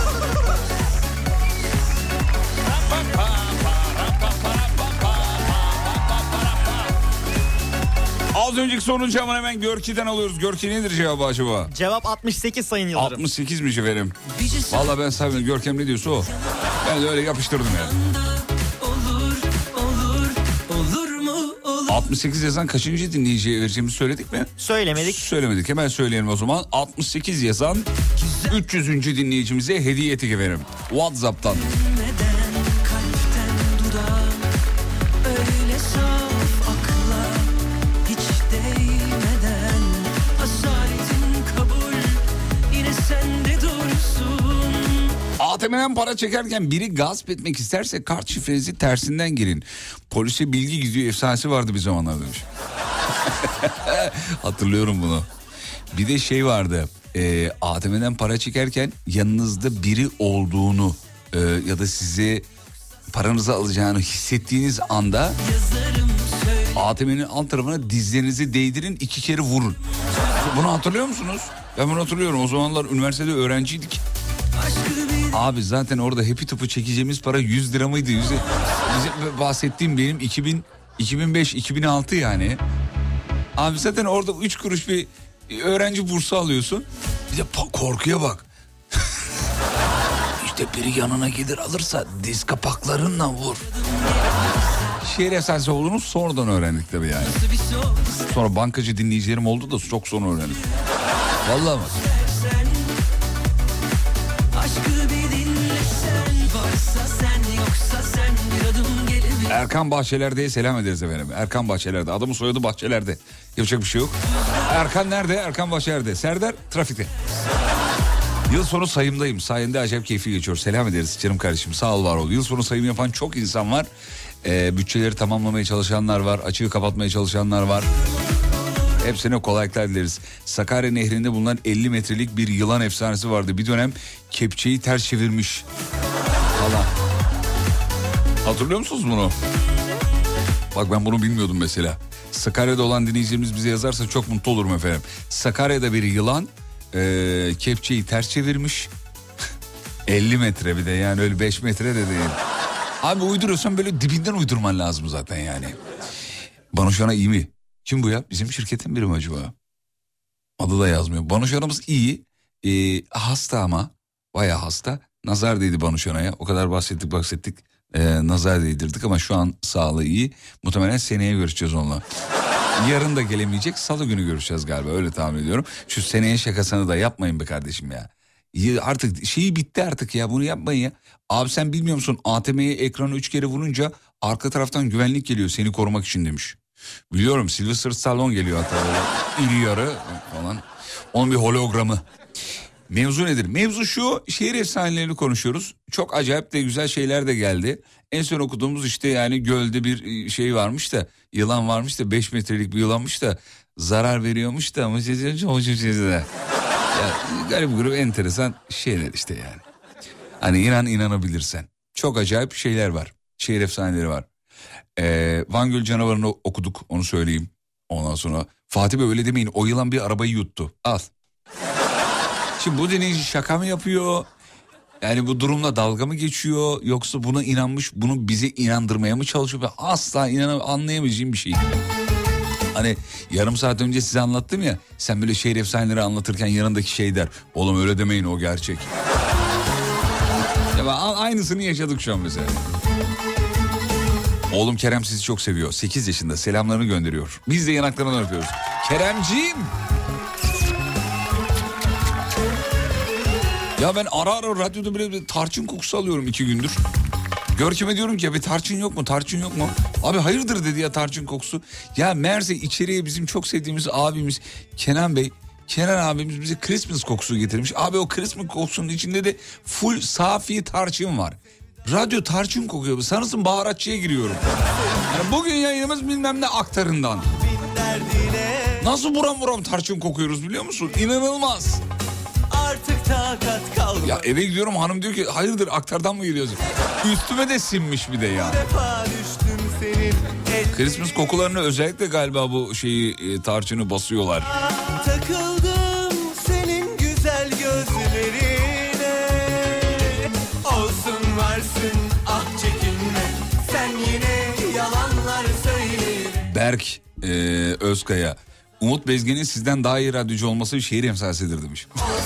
Az önceki sorunun cevabını hemen Görki'den alıyoruz. Görki nedir cevabı acaba? Cevap 68 Sayın Yıldırım. 68'miş efendim. Vallahi ben saymadım. Görkem ne diyorsa o. Ben de öyle yapıştırdım yani. Olur, olur, olur mu olur. 68 yazan kaçıncı dinleyiciye vereceğimizi söyledik mi? Söylemedik. Söylemedik. Hemen söyleyelim o zaman. 68 yazan 300. dinleyicimize hediye ettik efendim. WhatsApp'tan. Neden kalpten dudağa öyle ATM'den para çekerken biri gasp etmek isterse kart şifrenizi tersinden girin. Polise bilgi gidiyor efsanesi vardı bir zamanlar demiş. Hatırlıyorum bunu. Bir de şey vardı. ATM'den para çekerken yanınızda biri olduğunu ya da size paranızı alacağını hissettiğiniz anda ATM'nin alt tarafına dizlerinizi değdirin, 2 kere vurun. Bunu hatırlıyor musunuz? Ben bunu hatırlıyorum. O zamanlar üniversitede öğrenciydik. Abi zaten orada hepi topu çekeceğimiz para 100 lira mıydı? Bizim bahsettiğim benim 2005-2006 yani. Abi zaten orada 3 kuruş bir öğrenci bursu alıyorsun. Bir de korkuya bak. İşte biri yanına gelir alırsa diz kapaklarınla vur. Şehir efsanesi olduğunu sonradan öğrendik tabii yani. Sonra bankacı dinleyicilerim oldu da çok sonra öğrendik. Vallahi bak. Erkan Bahçeler'de selam ederiz efendim. Erkan Bahçeler'de. Adamın soyadı Bahçeler'de. Yapacak bir şey yok. Erkan nerede? Erkan Bahçeler'de. Serdar trafikte. Yıl sonu sayımdayım. Sayende acayip keyifli geçiyor. Selam ederiz canım kardeşim. Sağ ol, var ol. Yıl sonu sayım yapan çok insan var. Bütçeleri tamamlamaya çalışanlar var. Açığı kapatmaya çalışanlar var. Hepsine kolaylıklar dileriz. Sakarya Nehri'nde bulunan 50 metrelik bir yılan efsanesi vardı. Bir dönem kepçeyi ters çevirmiş falan. Hatırlıyor musunuz bunu? Bak ben bunu bilmiyordum mesela. Sakarya'da olan dinleyicilerimiz bize yazarsa çok mutlu olurum efendim. Sakarya'da bir yılan kepçeyi ters çevirmiş. 50 metre bir de, yani öyle 5 metre de değil. Abi uyduruyorsan böyle dibinden uydurman lazım zaten yani. Banuşan'a iyi mi? Kim bu ya? Bizim şirketin biri mi acaba? Adı da yazmıyor. Banuşan'ımız iyi. Hasta ama. Bayağı hasta. Nazar değdi Banuşan'a ya. O kadar bahsettik. Nazar değdirdik ama şu an sağlığı iyi. Muhtemelen seneye görüşeceğiz onunla. Yarın da gelemeyecek. Salı günü görüşeceğiz galiba. Öyle tahmin ediyorum. Şu seneye şakasını da yapmayın be kardeşim ya. Artık şeyi bitti artık ya. Bunu yapmayın ya. Abi sen bilmiyor musun? ATM'ye ekranı 3 kere vurunca arka taraftan güvenlik geliyor seni korumak için demiş. Biliyorum, Sylvester Stallone geliyor hatta böyle iri yarı falan. Onun bir hologramı. Mevzu nedir? Mevzu şu, şehir efsanelerini konuşuyoruz. Çok acayip de güzel şeyler de geldi. En son okuduğumuz işte yani gölde bir şey varmış da, yılan varmış da, 5 metrelik bir yılanmış da zarar veriyormuş da. Ya, garip grup enteresan şeyler işte yani. Hani inanabilirsen. Çok acayip şeyler var. Şehir efsaneleri var. Van Göl canavarını okuduk, onu söyleyeyim. Ondan sonra Fatih Bey öyle demeyin, o yılan bir arabayı yuttu. Al. Şimdi bu dinleyici şaka mı yapıyor? Yani bu durumla dalga mı geçiyor? Yoksa buna inanmış, bunu bize inandırmaya mı çalışıyor? Ben asla anlayamayacağım bir şey. Hani yarım saat önce size anlattım ya. Sen böyle şehir efsaneleri anlatırken yanındaki şey der. Oğlum öyle demeyin, o gerçek. Ya aynısını yaşadık şu an mesela. Oğlum Kerem sizi çok seviyor. 8 yaşında, selamlarını gönderiyor. Biz de yanaklarından öpüyoruz. Keremciğim. Ya ben ara radyoda böyle tarçın kokusu alıyorum 2 gündür. Görkem'e diyorum ki ya bir tarçın yok mu? Tarçın yok mu? Abi hayırdır dedi ya, tarçın kokusu. Ya meğerse içeriye bizim çok sevdiğimiz abimiz Kenan Bey, Kenan abimiz bize Christmas kokusu getirmiş. Abi o Christmas kokusunun içinde de full safi tarçın var. Radyo tarçın kokuyor. Sanırsın baharatçıya giriyorum. Yani bugün yayınımız bilmem ne aktarından. Nasıl buram tarçın kokuyoruz biliyor musun? İnanılmaz. Artık takat kalmadı. Ya eve gidiyorum, hanım diyor ki hayırdır aktardan mı geliyorsun? Üstüme de sinmiş bir de ya. Christmas kokularını özellikle galiba bu şeyi tarçını basıyorlar. Takıldım senin güzel gözlerine. Olsun varsın ah çekinme. Sen yine yalanlar söyle. Berk Özkaya. Umut Bezgin'in sizden daha iyi radyocu olması şehir efsanesidir demiş.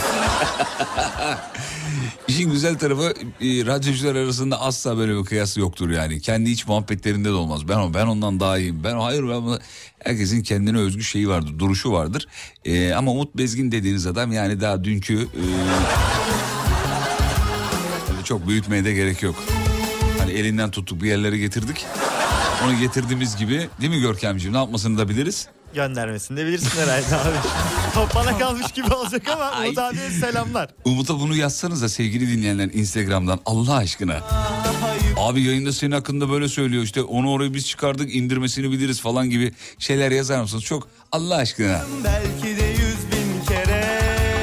İşin güzel tarafı radyocular arasında asla böyle bir kıyas yoktur yani. Kendi iç muhabbetlerinde de olmaz. Ben ondan daha iyiyim. Herkesin kendine özgü şeyi vardır, duruşu vardır. Ama Umut Bezgin dediğiniz adam yani daha dünkü çok büyütmeye de gerek yok. Hani elinden tuttuk bir yerlere getirdik. Onu getirdiğimiz gibi değil mi Görkemciğim, ne yapmasını da biliriz? Göndermesini de bilirsin herhalde abi. Top bana kalmış gibi olacak ama Umut abiye selamlar. Umut'a bunu yazsanıza sevgili dinleyenler Instagram'dan Allah aşkına. Abi yayında senin hakkında böyle söylüyor işte onu oraya biz çıkardık indirmesini biliriz falan gibi şeyler yazar mısınız? Çok Allah aşkına. Belki de 100.000 kere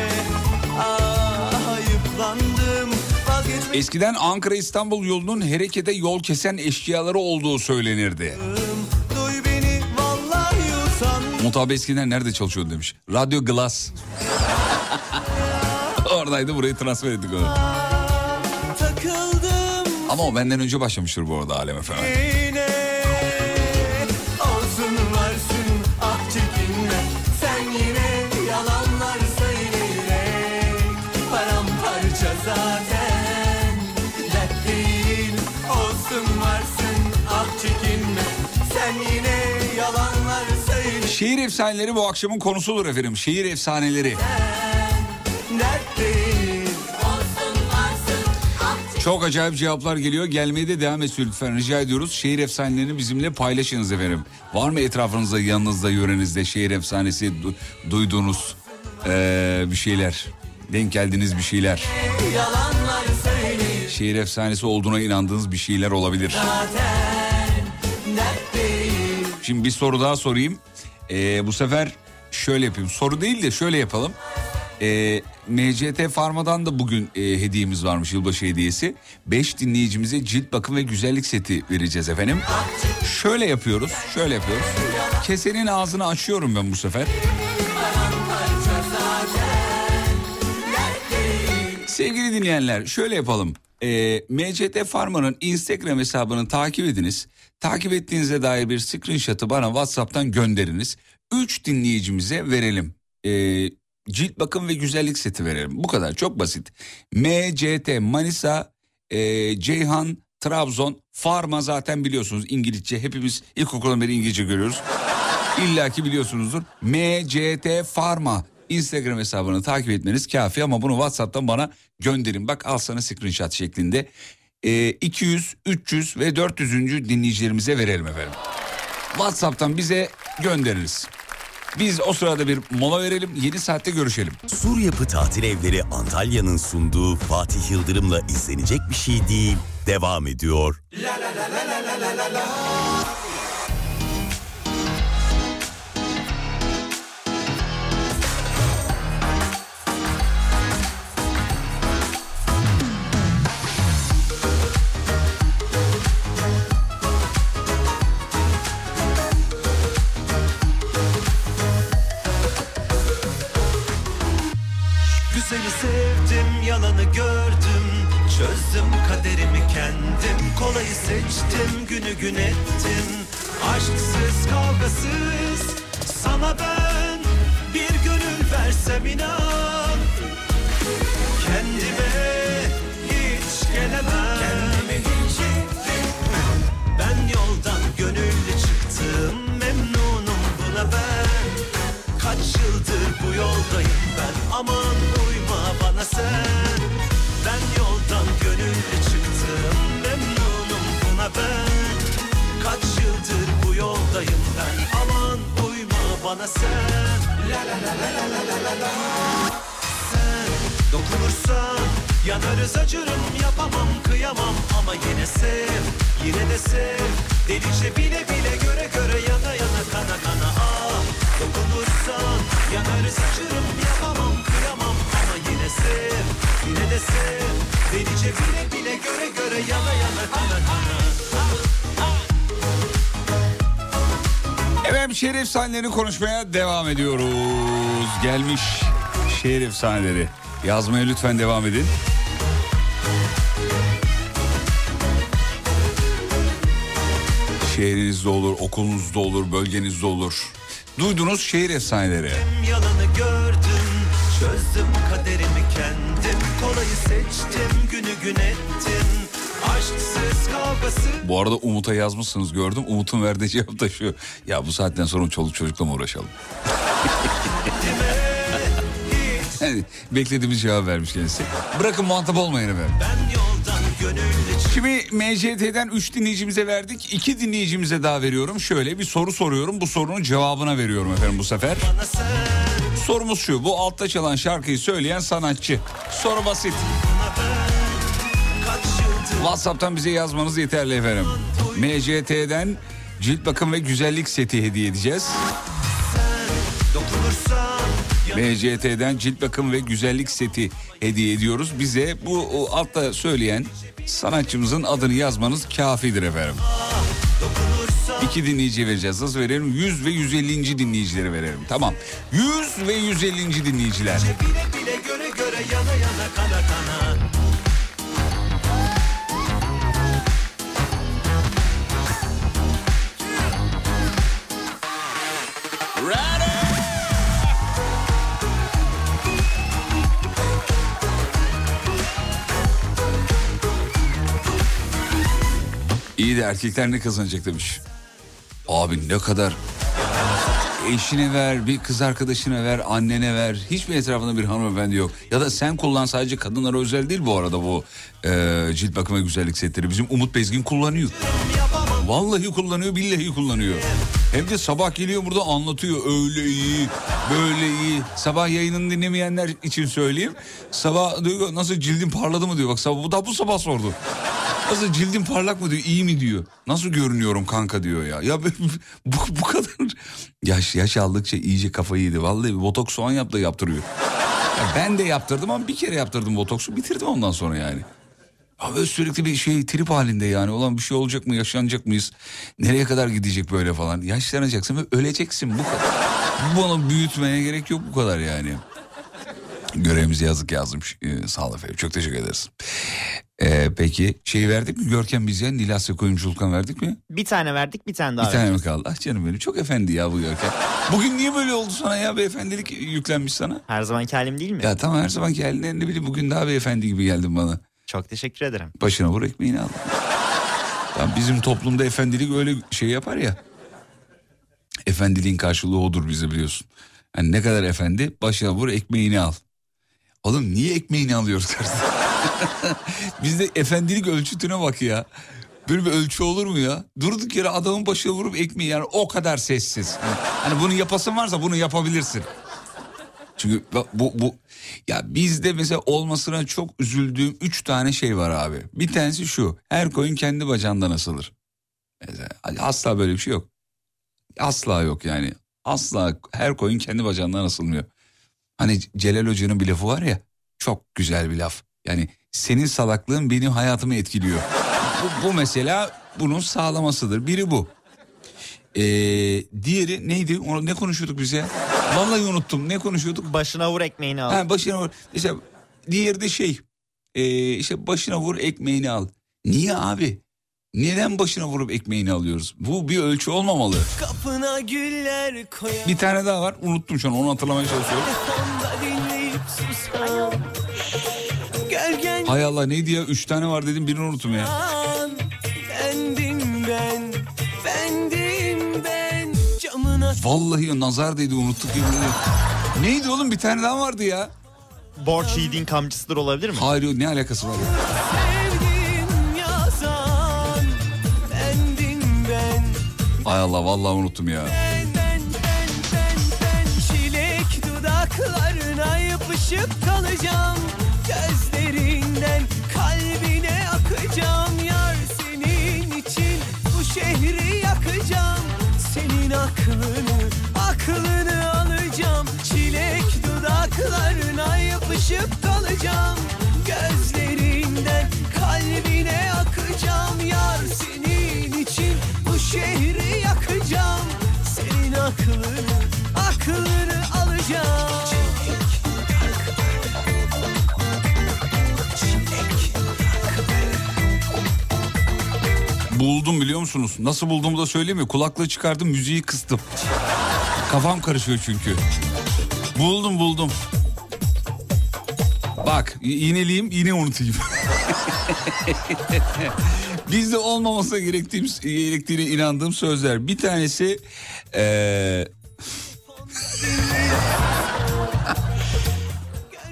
ayıplandım. Eskiden Ankara-İstanbul yolunun harekete yol kesen eşkıyaları olduğu söylenirdi. Duy beni vallahi usandım. Umut abi eskiden nerede çalışıyordu demiş. Radyo Glass. Oradaydı burayı transfer ettik onu. Takıldım Ama o benden önce başlamıştır bu arada Alem efendim. yine. Olsun varsın ah çekinme. Sen yine yalanlar söyleyerek. Paramparça zaten dert değil. Olsun varsın ah çekinme. Sen yine yalanlar söyle. Şehir efsaneleri bu akşamın konusudur efendim. Şehir efsaneleri. Dert değil. Olsun varsın ah Çok acayip cevaplar geliyor. Gelmeye de devam etsin lütfen rica ediyoruz. Şehir efsanelerini bizimle paylaşınız efendim. Var mı etrafınızda, yanınızda, yörenizde şehir efsanesi duyduğunuz bir şeyler? Denk geldiğiniz bir şeyler. yalanlar söyle. Şehir efsanesi olduğuna inandığınız bir şeyler olabilir. Zaten dert değil. Şimdi bir soru daha sorayım. Bu sefer şöyle yapayım. Soru değil de şöyle yapalım. MCT Pharma'dan da bugün hediyemiz varmış, yılbaşı hediyesi. 5 dinleyicimize cilt bakım ve güzellik seti vereceğiz efendim. Şöyle yapıyoruz. Kesenin ağzını açıyorum ben bu sefer. Sevgili dinleyenler şöyle yapalım. MCT Pharma'nın Instagram hesabını takip ediniz. Takip ettiğinize dair bir screenshot'ı bana WhatsApp'tan gönderiniz. 3 dinleyicimize verelim. Cilt bakım ve güzellik seti verelim. Bu kadar, çok basit. MCT Manisa, Ceyhan, Trabzon, Pharma zaten biliyorsunuz İngilizce. Hepimiz ilkokuldan beri İngilizce görüyoruz. İlla ki biliyorsunuzdur. MCT Pharma Instagram hesabını takip etmeniz kafi ama bunu WhatsApp'tan bana gönderin. Bak al sana screenshot şeklinde. 200, 300 ve 400. dinleyicilerimize verelim efendim. WhatsApp'tan bize göndeririz. Biz o sırada bir mola verelim, 7 saatte görüşelim. Sur Yapı Tatil Evleri Antalya'nın sunduğu Fatih Yıldırım'la izlenecek bir şey değil. Devam ediyor. Güzeli sevdim, yalanı gördüm. Çözdüm kaderimi kendim. Kolayı seçtim, günü gün ettim. Aşksız kavgasız sana ben bir gönül versem inan. Kendime hiç gelemem. Ben yoldan gönüllü çıktım. Memnunum buna ben. Kaç yıldır bu yoldayım ben. Aman uyma bana sen. Ben yoldan gönüllü çıktım. Memnunum buna ben. Kaç yıldır bu yoldayım ben. Aman uyma bana sen. La la la la la la la la. Sen dokunursan yanarız, acırım, yapamam, kıyamam. Ama yine sev, yine de sev. Delice bile bile, göre göre, yana yana, kana kana. Ah, dokunursan yanarız, acırım, yapamam, kıyamam. Ama yine sev, yine de sev. Delice bile bile, göre göre, yana yana, kana kana. Efendim şehir efsanelerini konuşmaya devam ediyoruz. Gelmiş şehir efsaneleri. Yazmaya lütfen devam edin. Şehrinizde olur, okulunuzda olur, bölgenizde olur. Duyduğunuz şehir efsaneleri. Yalanı gördüm, çözdüm kaderimi kendim. Kolayı seçtim, günü gün ettim. Aşksız kavgasız. Bu arada Umut'a yazmışsınız gördüm. Umut'un verdiği cevap da şu. Ya bu saatten sonra çoluk çocukla mı uğraşalım? Beklediğimiz cevap vermiş kendisi. Bırakın muhatap olmayın efendim. Ben yoldan gönüllü Şimdi MCT'den 3 dinleyicimize verdik. 2 dinleyicimize daha veriyorum. Şöyle bir soru soruyorum. Bu sorunun cevabına veriyorum efendim bu sefer. Sorumuz şu. Bu altta çalan şarkıyı söyleyen sanatçı. Soru basit. WhatsApp'tan bize yazmanız yeterli efendim. MCT'den cilt bakım ve güzellik seti hediye edeceğiz. MCT'den cilt bakım ve güzellik seti hediye ediyoruz. Bize bu altta söyleyen sanatçımızın adını yazmanız kafidir efendim. 2 dinleyiciye vereceğiz. Nasıl verelim? 100 ve 150. dinleyicilere verelim. Tamam. 100 ve 150. dinleyiciler. Bile bile göre göre yana yana kana kana. İyi de erkekler ne kazanacak demiş. Abi ne kadar eşine ver, bir kız arkadaşına ver, annene ver. Hiçbir etrafında bir hanımefendi yok. Ya da sen kullan, sadece kadınlara özel değil bu arada bu cilt bakım ve güzellik setleri. Bizim Umut Bezgin kullanıyor. Vallahi kullanıyor, billahi kullanıyor. Hem de sabah geliyor burada anlatıyor. Öyle iyi, böyle iyi. Sabah yayınını dinlemeyenler için söyleyeyim. Sabah diyor nasıl cildin parladı mı diyor. Bak sabah, bu sabah sordu. Nasıl cildin parlak mı diyor, iyi mi diyor. Nasıl görünüyorum kanka diyor ya. Ya bu kadar yaş aldıkça iyice kafayı yedi. Vallahi botoks soğan yaptırıyor. Ya ben de yaptırdım ama bir kere yaptırdım botoksu, bitirdim ondan sonra yani. Abi sürekli bir trip halinde yani. Olan bir şey olacak mı, yaşlanacak mıyız? Nereye kadar gidecek böyle falan. Yaşlanacaksın ve öleceksin, bu kadar. Bunu büyütmeye gerek yok, bu kadar yani. Görevimizi yazmış. Sağ ol efendim, çok teşekkür ederiz. Peki verdik mi Görkem biz ya? Nilasya Koyunculuk'tan verdik mi? Bir tane verdik, bir tane daha Bir tane mi kaldı? Ah canım benim, çok efendi ya bu Görkem. Bugün niye böyle oldu sana ya, beyefendilik yüklenmiş sana? Her zamanki halim değil mi? Ya tamam, her zamanki haline, ne bileyim, bugün daha beyefendi gibi geldin bana. Çok teşekkür ederim. Başına vur ekmeğini al. Tamam, bizim toplumda efendilik öyle yapar ya. Efendiliğin karşılığı odur bize, biliyorsun. Yani ne kadar efendi, başına vur ekmeğini al. Oğlum niye ekmeğini alıyoruz kardeşim? Bizde efendilik ölçütüne bak ya. Böyle bir ölçü olur mu ya? Durduk yere adamın başına vurup ekmeği, yani o kadar sessiz. Hani bunu yapasın varsa bunu yapabilirsin. Çünkü bu ya bizde mesela olmasına çok üzüldüğüm 3 tane şey var abi. Bir tanesi şu: her koyun kendi bacağından asılır. Mesela asla böyle bir şey yok. Asla yok yani. Asla her koyun kendi bacağından asılmıyor. Hani Celal Hoca'nın bir lafı var ya, çok güzel bir laf. Yani senin salaklığın benim hayatımı etkiliyor. Bu mesela bunun sağlamasıdır. Biri bu. Diğeri neydi? Ne konuşuyorduk biz ya? Vallahi unuttum. Ne konuşuyorduk? Başına vur ekmeğini al. Başına vur. İşte diğeri de işte başına vur ekmeğini al. Niye abi? Neden başına vurup ekmeğini alıyoruz? Bu bir ölçü olmamalı. Kapına güller koyar. Bir tane daha var. Unuttum şu an. Onu hatırlamaya çalışıyorum. Gölgen Hay Allah, neydi ya? 3 tane var dedim, birini unuttum ya. bendim ben camına. Vallahi nazar değdi, unuttuk ya. Neydi oğlum, bir tane daha vardı ya. Borç yiğidin kamçısıdır olabilir mi? Hayır, ne alakası var ya? Sevdim yazan bendim ben. Hay Allah, vallahi unuttum ya. Ben çilek dudaklarına yapışıp kalacağım. Gözlerinden kalbine akacağım. Yar senin için bu şehri yakacağım. Senin aklını alacağım. Çilek dudaklarına yapışıp kalacağım. Gözlerinden kalbine akacağım. Yar senin için bu şehri yakacağım. Senin aklını alacağım. Buldum, biliyor musunuz? Nasıl bulduğumu da söyleyeyim mi? Kulaklığı çıkardım, müziği kıstım. Kafam karışıyor çünkü. Buldum. Bak, yineleyeyim, yine unutayım. Bizde olmaması gerektiğine inandığım sözler. Bir tanesi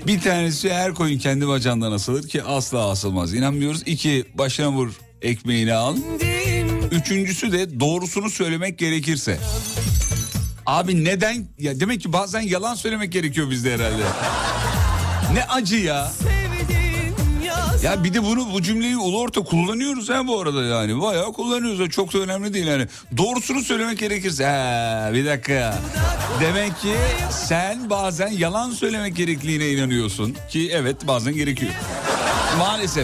Bir tanesi her koyun kendi bacağından asılır ki asla asılmaz. İnanmıyoruz. 2 başına vur ekmeğini al. 3. de doğrusunu söylemek gerekirse. Abi neden? Ya demek ki bazen yalan söylemek gerekiyor bizde herhalde. Ne acı ya. Ya bir de bu cümleyi ulu orta kullanıyoruz ha bu arada yani. Bayağı kullanıyoruz. Çok da önemli değil yani. Doğrusunu söylemek gerekirse. Bir dakika. Demek ki sen bazen yalan söylemek gerekliliğine inanıyorsun. Ki evet bazen gerekiyor. Maalesef.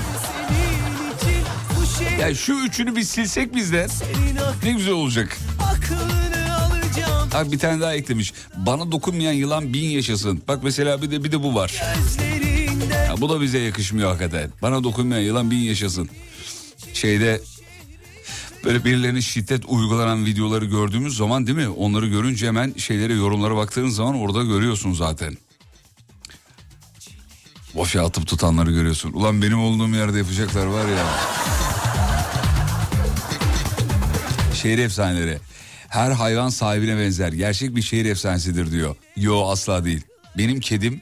Ya şu 3'ünü bir silsek bizden ne güzel olacak. Abi bir tane daha eklemiş. Bana dokunmayan yılan 1000 yaşasın. Bak mesela bir de bu var. Ya bu da bize yakışmıyor hakikaten. Bana dokunmayan yılan 1000 yaşasın. Böyle birilerine şiddet uygulanan videoları gördüğümüz zaman değil mi? Onları görünce hemen yorumlara baktığınız zaman orada görüyorsun zaten. Boşa atıp tutanları görüyorsun. Ulan benim olduğum yerde yapacaklar var ya. Şehir efsaneleri. Her hayvan sahibine benzer. Gerçek bir şehir efsanesidir diyor. Yo asla değil. Benim kedim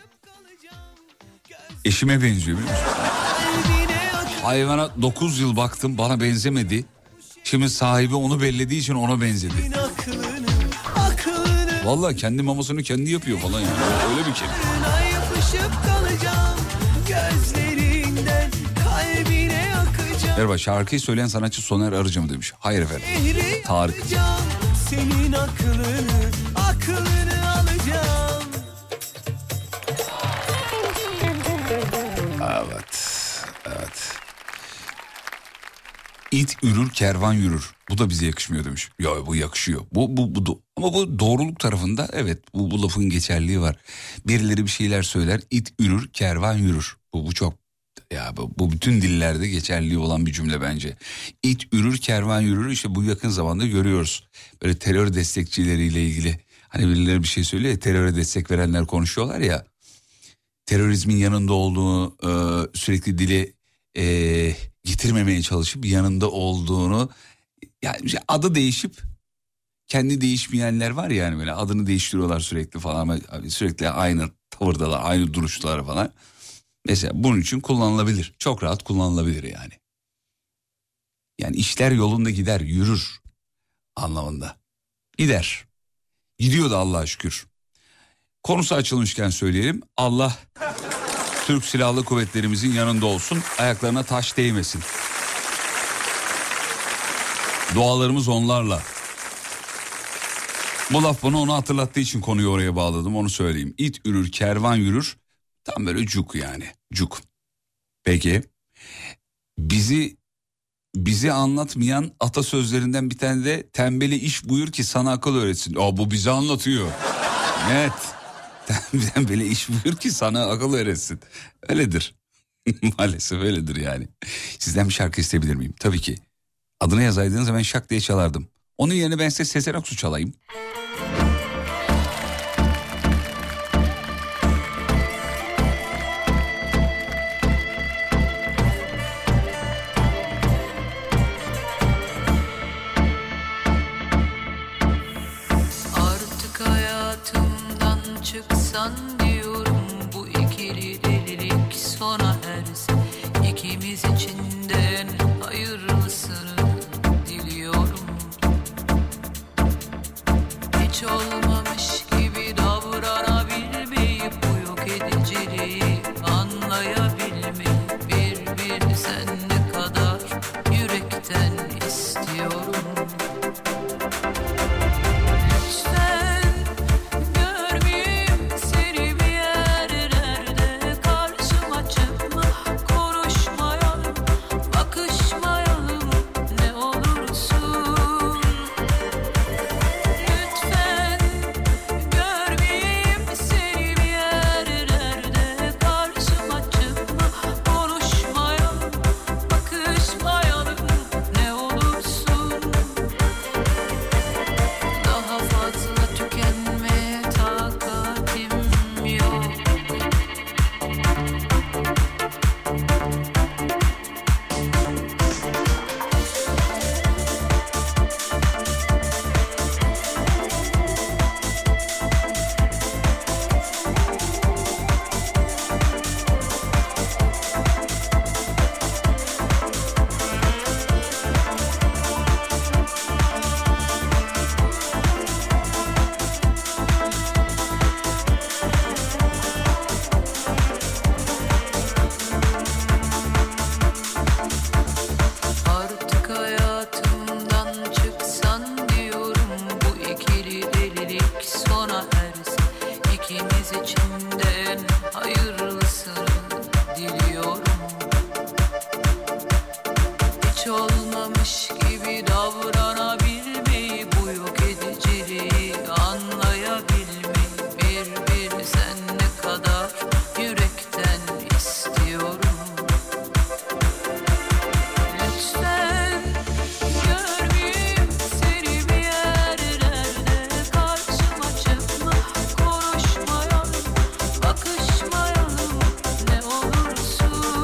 eşime benziyor biliyor musun? Hayvana 9 yıl baktım bana benzemedi. Şimdi sahibi onu bellediği için ona benzedi. Vallahi kendi mamasını kendi yapıyor falan yani. Öyle bir kedi. Merhaba, şarkıyı söyleyen sanatçı Soner Arıcı mı demiş. Hayır efendim. Tarık. Senin aklını alacağım. Evet. İt ürür, kervan yürür. Bu da bize yakışmıyor demiş. Ya bu yakışıyor. Ama bu doğruluk tarafında evet bu lafın geçerliği var. Birileri bir şeyler söyler, it ürür, kervan yürür. Bu çok. Ya bu bütün dillerde geçerli olan bir cümle bence. İt ürür, kervan yürür. İşte bu yakın zamanda görüyoruz. Böyle terör destekçileriyle ilgili. Hani birileri bir şey söylüyor ya, teröre destek verenler konuşuyorlar ya. Terörizmin yanında olduğunu sürekli dile getirmemeye çalışıp yanında olduğunu. Yani adı değişip kendi değişmeyenler var ya yani böyle adını değiştiriyorlar sürekli falan. Ama sürekli aynı tavırdalar, aynı duruşlar falan. Mesela bunun için kullanılabilir. Çok rahat kullanılabilir yani. Yani işler yolunda gider, yürür anlamında. Gider. Gidiyor da Allah'a şükür. Konusu açılmışken söyleyelim. Allah Türk Silahlı Kuvvetlerimizin yanında olsun. Ayaklarına taş değmesin. Dualarımız onlarla. Bu laf bana onu hatırlattığı için konuyu oraya bağladım. Onu söyleyeyim. İt ürür, kervan yürür. Tam böyle cuk yani. Cuk. Peki. Bizi anlatmayan atasözlerinden bir tane de tembeli iş buyur ki sana akıl öğretsin. Bu bizi anlatıyor. Evet. Tembeli iş buyur ki sana akıl öğretsin. Öyledir. Maalesef öyledir yani. Sizden bir şarkı isteyebilir miyim? Tabii ki. Adını yazaydınız hemen şak diye çalardım. Onun yerine ben size Sezen Aksu çalayım. Diyorum bu ikili delilik sona ersin. İkimiz için de en hayırlısını diliyorum. Hiç olmamış gibi davranabilmeyi, bu yok ediciliği anlayabilmeyi, bir sen ne kadar yürekten istiyorum. hiç olmamış gibi davranabilmeyi, bu yok ediciliği anlayabilmeyi, bir sen ne kadar yürekten istiyorum. Lütfen görmeyeyim seni bir yerlerde, karşıma çıkma, konuşmayalım, bakışmayalım ne olursun.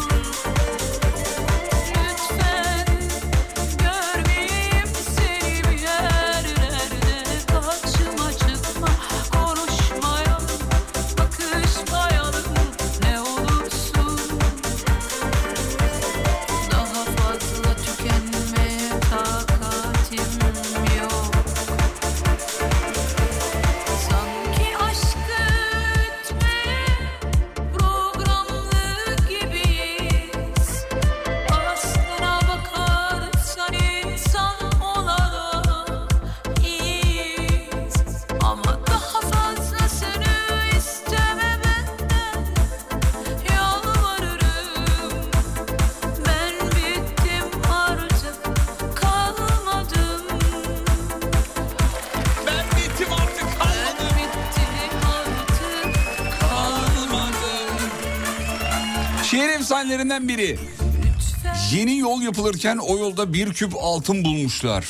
Lütfen görmeyeyim seni bir yerlerde, karşıma çıkma, konuşmayalım, bakışmayalım ne olursun. Daha fazla tükenmeye takatim yok. Sanki aşkı ütmeye programlı gibiyiz. Aslına bakarsan insan olarak iyiyiz. Ama daha fazlasını isteme benden, yalvarırım. Ben bittim artık, kalmadım. Ben bittim artık Ben bittim artık, kalmadım. Şehir efsanelerinden biri. Yeni yol yapılırken o yolda bir küp altın bulmuşlar.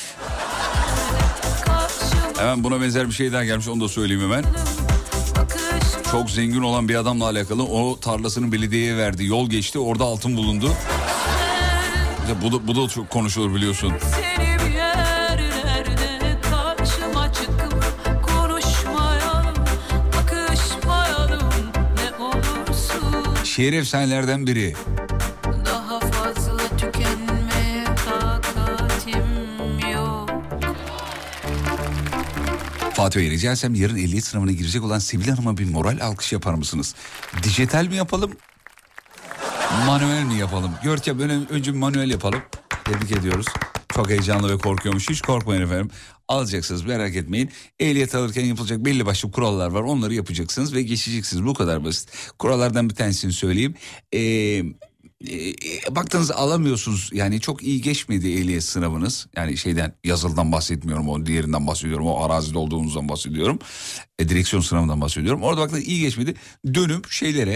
Karşıma Hemen buna benzer bir şey daha gelmiş, onu da söyleyeyim hemen. bakışma, Çok zengin olan bir adamla alakalı, o tarlasını belediyeye verdi. Yol geçti, orada altın bulundu. Ya bu da çok konuşulur biliyorsun. seni bir yerlerde, karşıma çıkıp konuşmayalım, bakışmayalım ne olursun. Şehir efsanelerden biri. Daha fazla tükenmeye takatim yok. Fatih Bey, rica etsem yarın ehliyet sınavına girecek olan Sibel Hanım'a bir moral alkış yapar mısınız? Dijital mi yapalım? Manuel mi yapalım? Görkem, önce bir manuel yapalım. Tebrik ediyoruz. Çok heyecanlı ve korkuyormuş. Hiç korkmayın efendim. Alacaksınız, merak etmeyin. Ehliyet alırken yapılacak belli başlı kurallar var. Onları yapacaksınız ve geçeceksiniz. Bu kadar basit. Kurallardan bir tanesini söyleyeyim. Baktınız alamıyorsunuz, yani çok iyi geçmedi ehliyet sınavınız. Yani yazılıdan bahsetmiyorum, o diğerinden bahsediyorum. O arazide olduğunuzdan bahsediyorum. Direksiyon sınavından bahsediyorum. Orada baktınız iyi geçmedi. Dönüp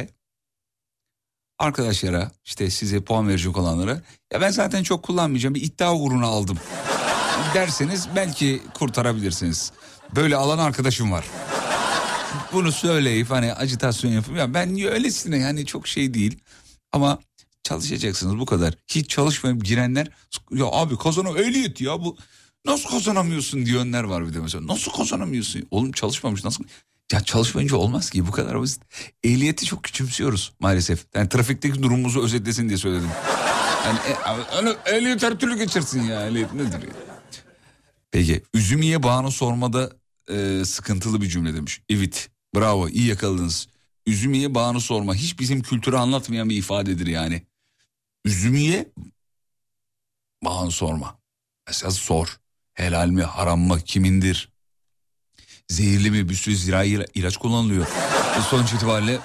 arkadaşlara, işte size puan verecek olanlara, ya ben zaten çok kullanmayacağım, bir iddia uğruna aldım derseniz belki kurtarabilirsiniz. Böyle alan arkadaşım var. Bunu söyleyip ajitasyon yapıp, ya ben öylesine, yani çok değil ama çalışacaksınız, bu kadar. Hiç çalışmayıp girenler, ya abi ehliyet ya bu nasıl kazanamıyorsun diyenler var bir de mesela. Nasıl kazanamıyorsun? Oğlum çalışmamış, nasıl? Ya çalışmayınca olmaz ki, bu kadar basit. Ehliyeti çok küçümsüyoruz maalesef. Yani trafikteki durumumuzu özetlesin diye söyledim. Yani ehliyet her türlü geçirsin ya, ehliyet nedir ya? Peki, üzümüye bağını sormada sıkıntılı bir cümle demiş. Evet, bravo, iyi yakaladınız. Üzümüye bağını sorma hiç bizim kültürü anlatmayan bir ifadedir yani. Üzümüye bağını sorma. Mesela sor. Helal mi, haram mı, kimindir? Zehirli mi, bir sürü zirai ilaç kullanılıyor. Sonuç itibariyle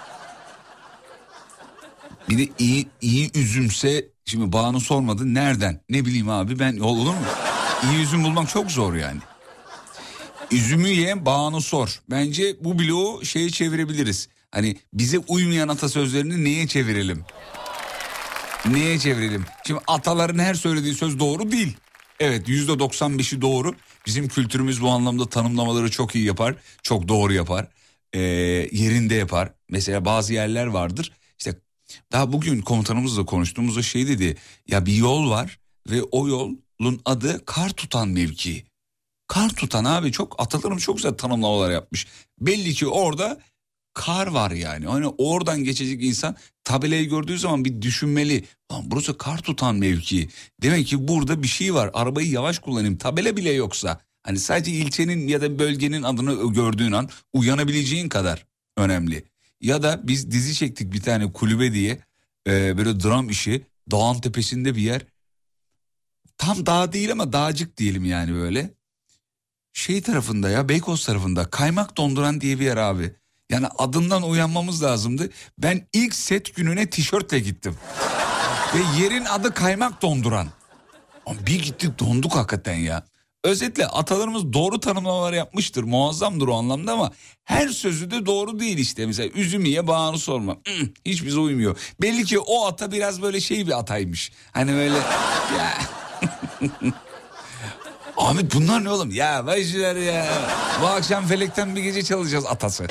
bir de iyi üzümse, şimdi bağını sormadı, nereden? Ne bileyim abi ben, olur mu? İyi üzüm bulmak çok zor yani. Üzümü ye, bağını sor. Bence bu bloğu çevirebiliriz. Hani bize uymayan atasözlerini neye çevirelim? Neye çevirelim? Şimdi ataların her söylediği söz doğru değil. Evet, %95'i doğru. Bizim kültürümüz bu anlamda tanımlamaları çok iyi yapar. Çok doğru yapar. Yerinde yapar. Mesela bazı yerler vardır. İşte daha bugün komutanımızla konuştuğumuzda dedi. Ya bir yol var ve o yolun adı kar tutan mevki. Kar tutan abi, çok atalarım çok güzel tanımlamalar yapmış. Belli ki orada kar var yani. Hani oradan geçecek insan tabelayı gördüğü zaman bir düşünmeli. Lan burası kar tutan mevki. Demek ki burada bir şey var. Arabayı yavaş kullanayım. Tabela bile yoksa. Hani sadece ilçenin ya da bölgenin adını gördüğün an uyanabileceğin kadar önemli. Ya da biz dizi çektik bir tane, Kulübe diye. Böyle dram işi. Dağın tepesinde bir yer. Tam dağ değil ama dağcık diyelim yani böyle. Tarafında ya, Beykoz tarafında Kaymak Donduran diye bir yer abi. Yani adından uyanmamız lazımdı. Ben ilk set gününe tişörtle gittim. Ve yerin adı Kaymak Donduran. Ama bir gittik donduk hakikaten ya. Özetle atalarımız doğru tanımlamalar yapmıştır. Muazzamdır o anlamda ama her sözü de doğru değil işte. Mesela üzüm ye bağını sorma. Hiç bize uymuyor. Belli ki o ata biraz böyle şey bir ataymış. Hani böyle ya. Ahmet bunlar ne oğlum? Ya başlar ya. Bu akşam Felek'ten bir gece çalacağız atası.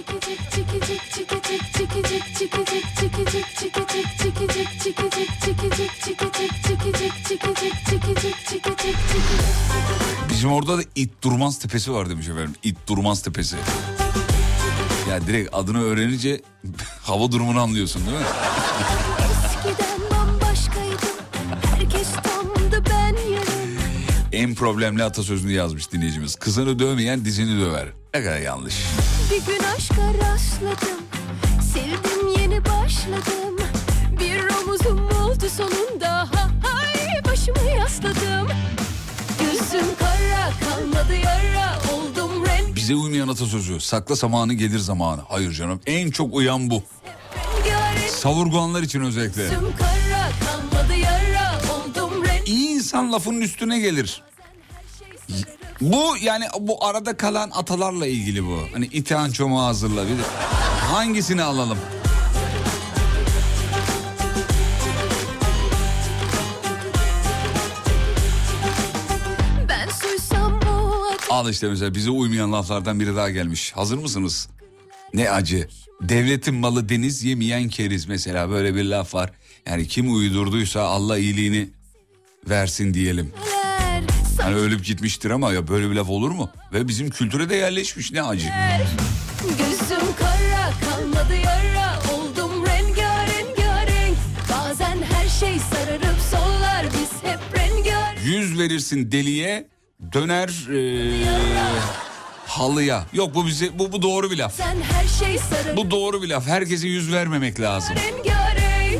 Bizim orada da İt Durmaz Tepesi var demiş efendim. İt Durmaz Tepesi. Ya direkt adını öğrenince hava durumunu anlıyorsun değil mi? Eskiden bambaşkaydım. Herkes tamdı, ben yarım. En problemli atasözünü yazmış dinleyicimiz. Kızını dövmeyen dizini döver. Ne kadar yanlış. Bir gün aşka rastladım. Sevdim, yeni başladım. Bir omuzum oldu sonunda. Hay başımı yasladım. Gözüm kara kalmadı yara. Oldum renk. Bize uymayan atasözü. Sakla zamanı gelir zamanı. Hayır canım. En çok uyan bu. Savurganlar için özellikle. Gözüm kara kalmadı yara. Oldum renk. İyi insan lafının üstüne gelir. Bu yani bu arada kalan atalarla ilgili bu. Hani itihan çomağı hazırla. Bir de hangisini alalım? Ben suysam o acı. Al işte mesela bize uymayan laflardan biri daha gelmiş. Hazır mısınız? Ne acı. Devletin malı deniz yemeyen keriz mesela böyle bir laf var. Yani kim uydurduysa Allah iyiliğini versin diyelim. Hani ölüp gitmiştir ama ya böyle bir laf olur mu? Ve bizim kültüre de yerleşmiş ne acı. Gözüm kara kalmadı yara. Oldum rengarenk. Bazen her şey sararıp sollar. Biz hep rengarenk. Yüz verirsin deliye döner halıya. Yok bu bize bu doğru bir laf. Sen her şey sararıp Bu doğru bir laf. Herkese yüz vermemek lazım. rengarenk.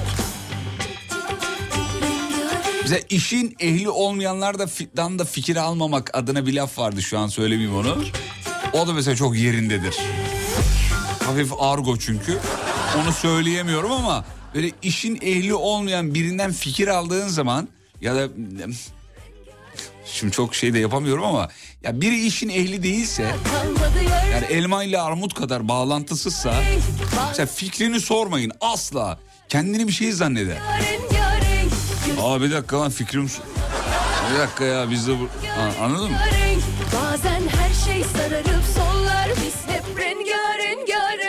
Mesela işin ehli olmayanlardan da fikir almamak adına bir laf vardı, şu an söylemeyeyim onu. O da mesela çok yerindedir. Hafif argo çünkü. Onu söyleyemiyorum ama böyle işin ehli olmayan birinden fikir aldığın zaman ya da şimdi çok şey de yapamıyorum ama ya biri işin ehli değilse, Kalmadı yara. yani elma ile armut kadar bağlantısızsa mesela fikrini sormayın asla. Kendini bir şey zanneder. Rengarenk. Aa bir dakika lan fikrim... Bir dakika ya biz de... Anladın mı? Bazen her şey sararıp sollar. Biz hep rengarenk.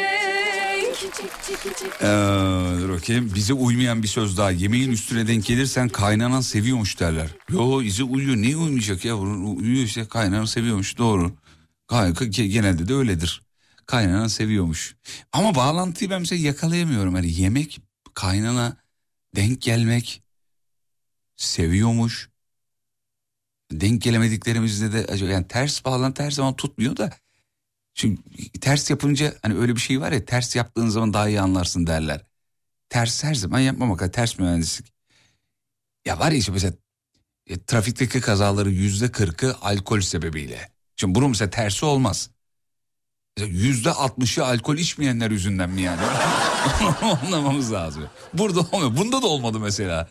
Dur bakayım. Bize uymayan bir söz daha. Yemeğin üstüne denk gelirsen kaynanan seviyormuş derler. Yo izi uyuyor. Niye uymayacak ya? Uyuyor işte, kaynanan seviyormuş. Doğru. Genelde de öyledir. Kaynanan seviyormuş. Ama bağlantıyı ben mesela yakalayamıyorum. Hani yemek, kaynana denk gelmek, seviyormuş. Denk gelemediklerimizde de yani ters bağlantı her zaman tutmuyor da. Çünkü ters yapınca hani öyle bir şey var ya, ters yaptığın zaman daha iyi anlarsın derler. Ters her zaman yapmamak, ters mühendislik. Ya var ya işte mesela trafikteki kazaların %40'ı alkol sebebiyle. Şimdi bunun mesela tersi olmaz. %60'ı alkol içmeyenler yüzünden mi yani? Anlamamız lazım. Burada olmuyor. Bunda da olmadı mesela.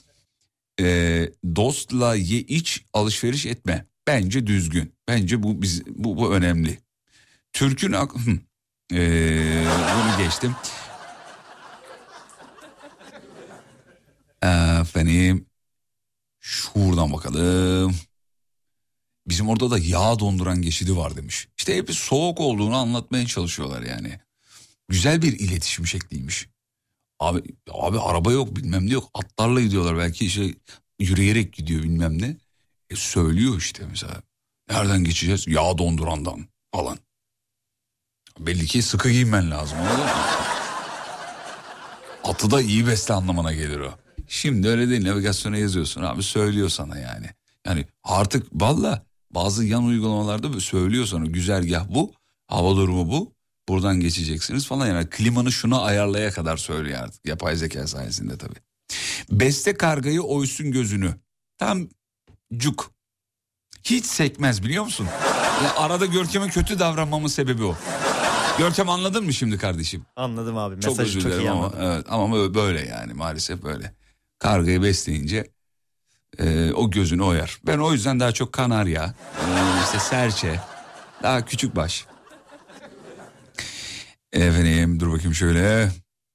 Dostla ye iç, alışveriş etme. Bence düzgün. Bence bu önemli. Türk'ün bunu geçtim. Efendim şuradan bakalım. Bizim orada da yağ donduran geçidi var demiş. İşte hep soğuk olduğunu anlatmaya çalışıyorlar yani. Güzel bir iletişim şekliymiş. Abi araba yok, bilmem ne yok. Atlarla gidiyorlar, belki işte yürüyerek gidiyor bilmem ne. Söylüyor işte mesela. Nereden geçeceğiz? Yağ dondurandan falan. Belli ki sıkı giymen lazım, anladın mı? Atı da iyi besle anlamına gelir o. Şimdi öyle değil, navigasyona yazıyorsun abi, söylüyor sana yani. Yani artık valla bazı yan uygulamalarda söylüyor sana, güzergah bu, hava durumu bu, buradan geçeceksiniz falan. Yani klimanı şuna ayarlaya kadar söylüyor artık, yapay zeka sayesinde tabii. Beste kargayı oysun gözünü. Tam cuk. Hiç sekmez biliyor musun? Ya arada Görkem'e kötü davranmamın sebebi o. Görkem anladın mı şimdi kardeşim? Anladım abi. Çok Mesajı özür çok iyi dilerim ama, anladım. evet, ama böyle yani, maalesef böyle. Kargayı besleyince O gözünü oyar. Ben o yüzden daha çok kanarya, işte serçe, daha küçük baş. Efendim dur bakayım şöyle.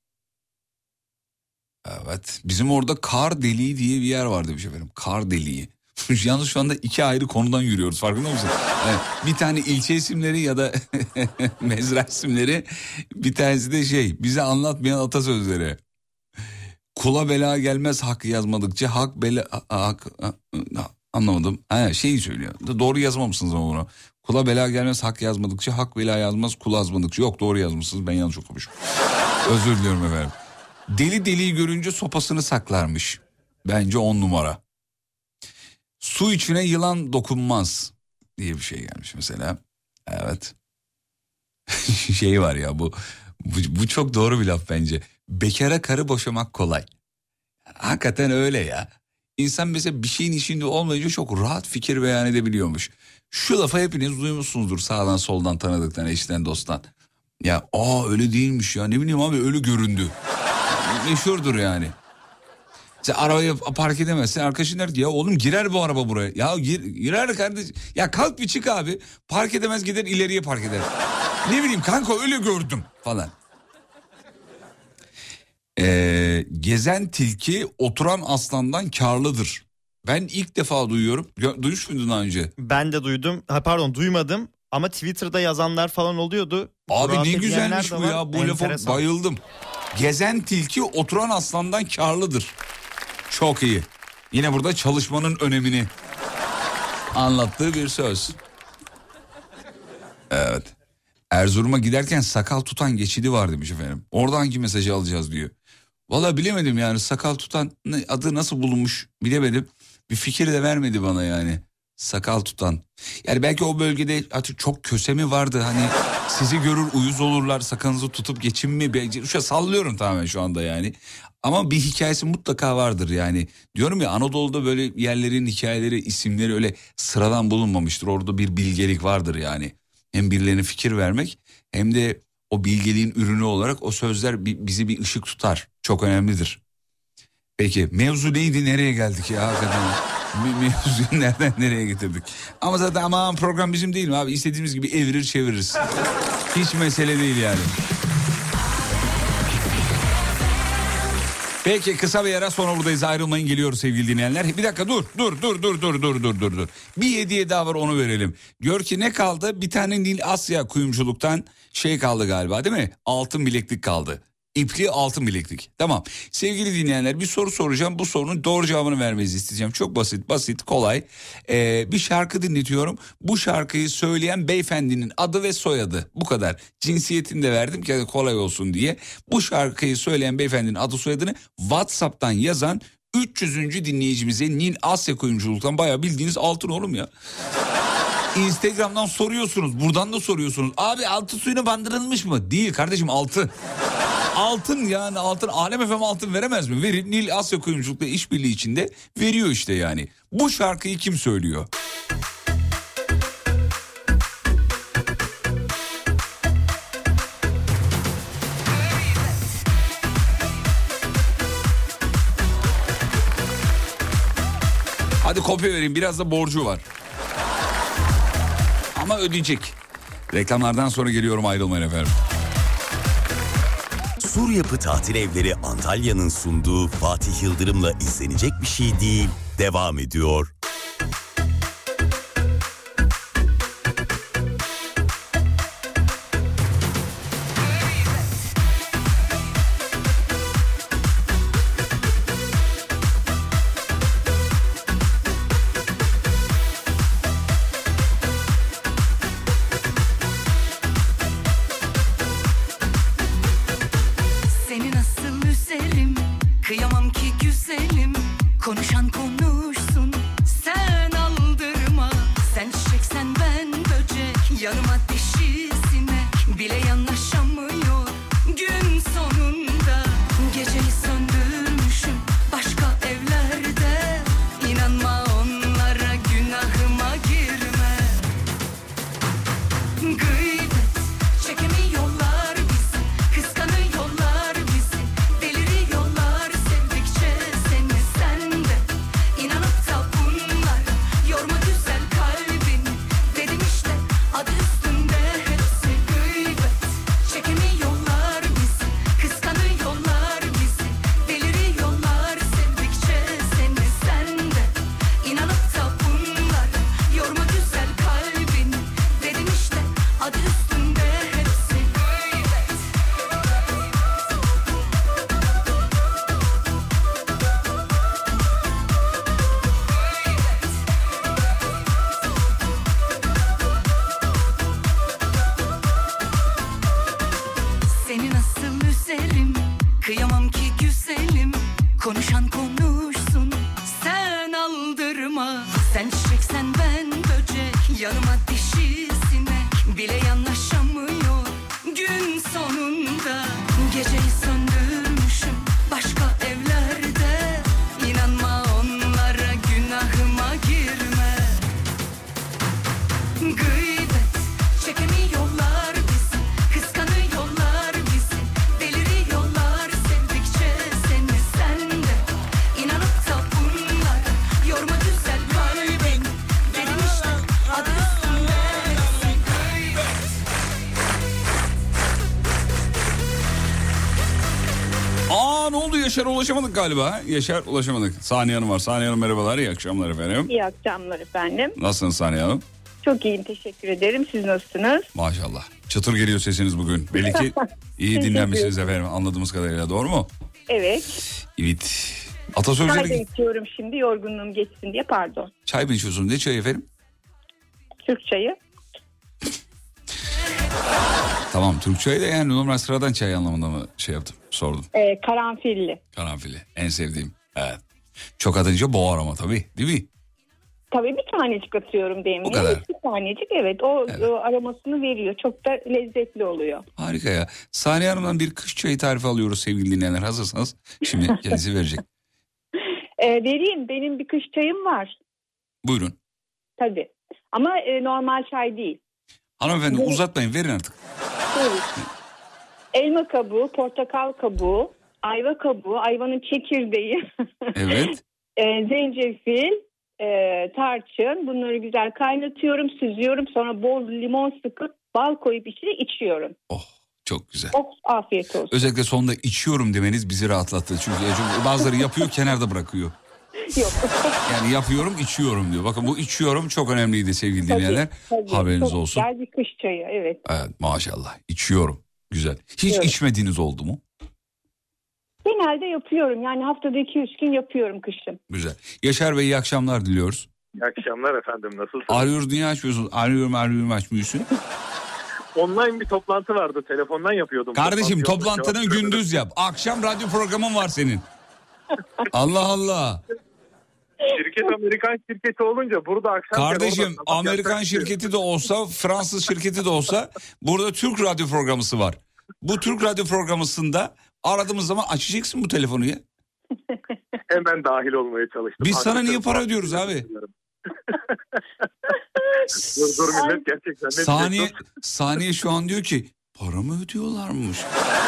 Evet, bizim orada Kar Deliği diye bir yer var demiş efendim. Kar Deliği. Yalnız şu anda 2 ayrı konudan yürüyoruz, farkında mısın? Yani bir tane ilçe isimleri ya da mezra isimleri, bir tanesi de bize anlatmayan atasözleri. Kula bela gelmez hak yazmadıkça hak bela... anlamadım. Söylüyor. Doğru yazmamışsınız ama bunu. Kula bela gelmez hak yazmadıkça hak bela yazmaz kul yazmadıkça. Yok, doğru yazmışsınız, ben yanlış okumuşum. Özür diliyorum efendim. Deli deliği görünce sopasını saklarmış. Bence 10 numara. Su içine yılan dokunmaz diye bir şey gelmiş mesela. Evet. Var ya bu çok doğru bir laf bence. Bekara karı boşamak kolay. Hakikaten öyle ya. İnsan mesela bir şeyin içinde olmayınca çok rahat fikir beyan edebiliyormuş. Şu lafı hepiniz duymuşsunuzdur sağdan soldan, tanıdıktan, eşten, dosttan. Ya öyle değilmiş ya, ne bileyim abi, öyle göründü. Meşhurdur yani. Sen arabayı park edemezsin, arkadaşın der ki ya oğlum girer bu araba buraya. Ya girer kardeşim. Ya kalk bir çık abi. Park edemez, gider ileriye park eder. Ne bileyim kanka, öyle gördüm falan. Gezen tilki oturan aslandan karlıdır. Ben ilk defa duyuyorum. Duymuş muydun daha önce? Ben de duydum. Duymadım. Ama Twitter'da yazanlar falan oluyordu. Abi ne güzelmiş bu ya. Bu lafa bayıldım. Gezen tilki oturan aslandan karlıdır. Çok iyi. Yine burada çalışmanın önemini anlattığı bir söz. Evet. Erzurum'a giderken sakal tutan geçidi var demiş efendim. Orada hangi mesajı alacağız diyor. Vallahi bilemedim yani, sakal tutan adı nasıl bulunmuş bilemedim. Bir fikir de vermedi bana yani. Sakal tutan. Yani belki o bölgede artık çok kösemi vardı. Hani sizi görür uyuz olurlar, sakalınızı tutup geçin mi? Şu sallıyorum tamamen şu anda yani. Ama bir hikayesi mutlaka vardır yani. Diyorum ya, Anadolu'da böyle yerlerin hikayeleri, isimleri öyle sıradan bulunmamıştır. Orada bir bilgelik vardır yani. Hem birilerine fikir vermek hem de o bilgeliğin ürünü olarak o sözler bizi bir ışık tutar. Çok önemlidir. Peki mevzu neydi, nereye geldik ya hakikaten? Mevzuyu nereden nereye getirdik? Ama zaten aman program bizim değil mi abi? İstediğimiz gibi evirir çeviririz. Hiç mesele değil yani. Peki kısa bir ara sonra buradayız, ayrılmayın, geliyoruz sevgili dinleyenler. Bir dakika dur. Bir hediye daha var, onu verelim. Gör ki ne kaldı? Bir tane Nil Asya kuyumculuktan kaldı galiba, değil mi? Altın bileklik kaldı. İpli altın bileklik. Tamam. Sevgili dinleyenler, bir soru soracağım. Bu sorunun doğru cevabını vermenizi isteyeceğim. Çok basit, kolay. Bir şarkı dinletiyorum. Bu şarkıyı söyleyen beyefendinin adı ve soyadı. Bu kadar. Cinsiyetini de verdim ki kolay olsun diye. Bu şarkıyı söyleyen beyefendinin adı soyadını WhatsApp'tan yazan 300. dinleyicimize Nil Asya kuyumculuktan, bayağı bildiğiniz altın oğlum ya. Instagram'dan soruyorsunuz. Buradan da soruyorsunuz. Abi altın suyuna bandırılmış mı? Değil kardeşim, altın. Altın yani, altın. Alem FM altın veremez mi? Verir. Nil Asya Kuyumculuk'la işbirliği içinde veriyor işte yani. Bu şarkıyı kim söylüyor? Hadi kopya vereyim, biraz da borcu var. Ama ödeyecek. Reklamlardan sonra geliyorum, ayrılmayın efendim. Sur Yapı Tatil Evleri Antalya'nın sunduğu Fatih Yıldırım'la izlenecek bir şey değil, devam ediyor. Konuşan konuşsun, sen aldırma. Sen çiçek, sen ben böcek, yanıma dişi sinek bile yanaşamıyor gün sonunda. Geceyi söndürmüşüm başka evlerde, İnanma onlara, günahıma girme. Gıybet çekemiyorlar bizi, kıskanıyorlar bizi, deliriyorlar sevdikçe seni. Sen de Konuşan konuşsun, sen aldırma. Sen çiçeksen ben böcek, yanıma dişi sinek. Bile yanaşamıyor gün sonunda. Geceyi söndürmüşüm başka evlerde. İnanma onlara, günahıma girme. Gıybet çekemiyorlar bizi, kıskanıyorlar bizi, deliriyorlar sevdikçe seni. Sen de inanıp da bunlara yorma güzel kalbin. Dedim işte adı üstünde. Ne oldu Yaşar'a ulaşamadık galiba. Yaşar ulaşamadık. Saniye Hanım var. Saniye Hanım merhabalar. İyi akşamlar efendim. İyi akşamlar efendim. Nasılsınız Saniye Hanım? Çok iyiyim, teşekkür ederim. Siz nasılsınız? Maşallah. Çıtır geliyor sesiniz bugün. Belli ki iyi dinlenmişsiniz efendim anladığımız kadarıyla. Doğru mu? Evet. Evet. Çay da Atasözleri... içiyorum şimdi, yorgunluğum geçsin diye, pardon. Çay mı içiyorsunuz? Ne çayı efendim? Türk çayı. Tamam Türk çayı da yani normal sıradan çay anlamında mı şey yaptım? Sordum. Karanfilli. Karanfili. En sevdiğim. Evet. Çok atınca boğar ama tabii. Değil mi? Tabii bir tanecik atıyorum demliğe. O kadar. Bir tanecik, evet. O aromasını veriyor. Çok da lezzetli oluyor. Harika ya. Saniye Hanım'dan bir kış çayı tarifi alıyoruz sevgili dinleyenler. Hazırsanız şimdi kendisi verecek. Vereyim. Benim bir kış çayım var. Buyurun. Tabii. Ama normal çay değil. Hanımefendi uzatmayın verin artık. Evet. Elma kabuğu, portakal kabuğu, ayva kabuğu, ayvanın çekirdeği, Evet. zencefil, tarçın. Bunları güzel kaynatıyorum, süzüyorum. Sonra bol limon sıkıp bal koyup içine içiyorum. Oh çok güzel. Oh, afiyet olsun. Özellikle sonunda içiyorum demeniz bizi rahatlattı. Çünkü bazıları yapıyor kenarda bırakıyor. Yok. Yani yapıyorum içiyorum diyor. Bakın bu içiyorum çok önemliydi sevgili dinleyenler. Tabii. Haberiniz Çok olsun. güzel bir kış çayı, evet. Evet maşallah içiyorum. Güzel. Hiç Evet. içmediğiniz oldu mu? Genelde yapıyorum. Yani haftada 2-3 gün yapıyorum kışın. Güzel. Yaşar Bey iyi akşamlar diliyoruz. İyi akşamlar efendim, nasılsınız? Arıyoruz niye açmıyorsunuz? Arıyorum açmıyorsun. Online bir toplantı vardı, telefondan yapıyordum. Kardeşim Toplantı yoktu, toplantını cevap gündüz yap. Akşam radyo programın var senin. Allah Allah. Şirket Amerikan şirketi olunca burada akşam... Kardeşim Amerikan şirketi de olsa Fransız şirketi de olsa burada Türk radyo programısı var. Bu Türk radyo programısında aradığımız zaman açacaksın bu telefonu ya. Hemen dahil olmaya çalıştım. Biz sana niye para ödüyoruz abi? Dur millet gerçekten. Saniye şu an diyor ki para mı ödüyorlarmış?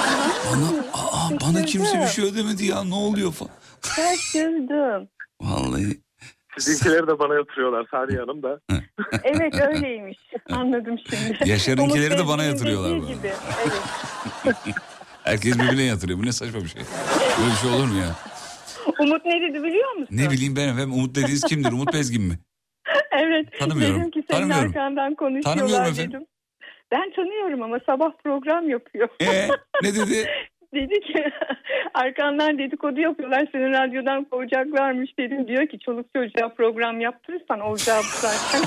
Bana kimse bir şey ödemedi ya ne oluyor falan. Şaşırdım. Vallahi. Sizinkileri de bana yatırıyorlar Saniye Hanım da. Evet öyleymiş. Anladım şimdi. Yaşar'ınkileri de bana Umut yatırıyorlar. dediği gibi. Evet. Herkes birbirine yatırıyor. Bu ne saçma bir şey. Böyle bir şey olur mu ya? Umut ne dedi biliyor musun? Ne bileyim ben efendim. Umut dediğiniz kimdir? Umut Bezgin mi? Evet. Tanımıyorum. Dedim ki senin Tanımıyorum. arkandan Tanımıyorum konuşuyorlar efendim. dedim. Ben tanıyorum ama sabah program yapıyor. Ne dedi? Dedi ki arkandan dedikodu yapıyorlar, seni radyodan kovacaklarmış dedim. Diyor ki çoluk çocuğa program yaptırırsan olacağı bu zaten.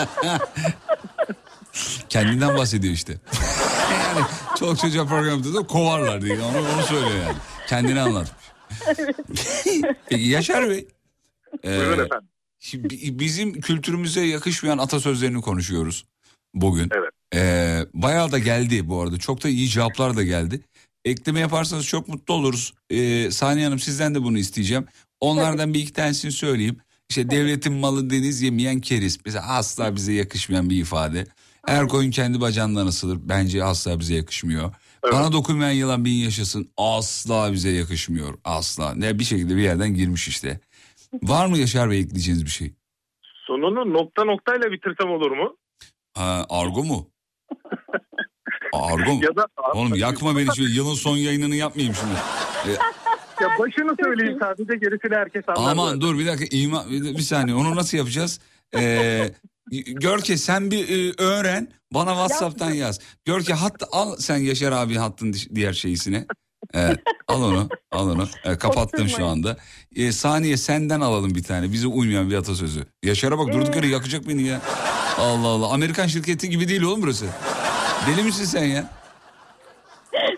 Kendinden bahsediyor işte. Yani çoluk çocuğa program yaptığında kovarlar diye. Onu söylüyor yani. Kendini anlatmış. Peki Yaşar Bey. Buyurun efendim. Şimdi bizim kültürümüze yakışmayan atasözlerini konuşuyoruz bugün. Evet. Bayağı da geldi bu arada. Çok da iyi cevaplar da geldi. Ekleme yaparsanız çok mutlu oluruz. Saniye Hanım sizden de bunu isteyeceğim. Onlardan bir iki tanesini söyleyeyim. İşte devletin malı deniz yemeyen keriz. Mesela asla bize yakışmayan bir ifade. Her koyun kendi bacağından asılır. Bence asla bize yakışmıyor. Evet. Bana dokunmayan yılan bin yaşasın. Asla bize yakışmıyor. Asla. Ne bir şekilde bir yerden girmiş işte. Var mı Yaşar Bey ekleyeceğiniz bir şey? Sonunu nokta noktayla bitirsem olur mu? Argo mu? Argo mu? Ya da, oğlum yakma beni şimdi. Yılın son yayınını yapmayayım şimdi. Ya başını söyleyeyim sadece, gerisini herkes anlar. Aman dur bir dakika. Bir saniye onu nasıl yapacağız? Görke sen bir öğren. Bana WhatsApp'tan yaz. Görke al sen Yaşar abi hattın diğer şeysine. Evet, al onu. Kapattım şu anda. Saniye senden alalım bir tane. Bize uymayan bir atasözü. Yaşar'a bak durduk yere yakacak beni ya. Allah Allah. Amerikan şirketi gibi değil oğlum burası. Deli misin sen ya?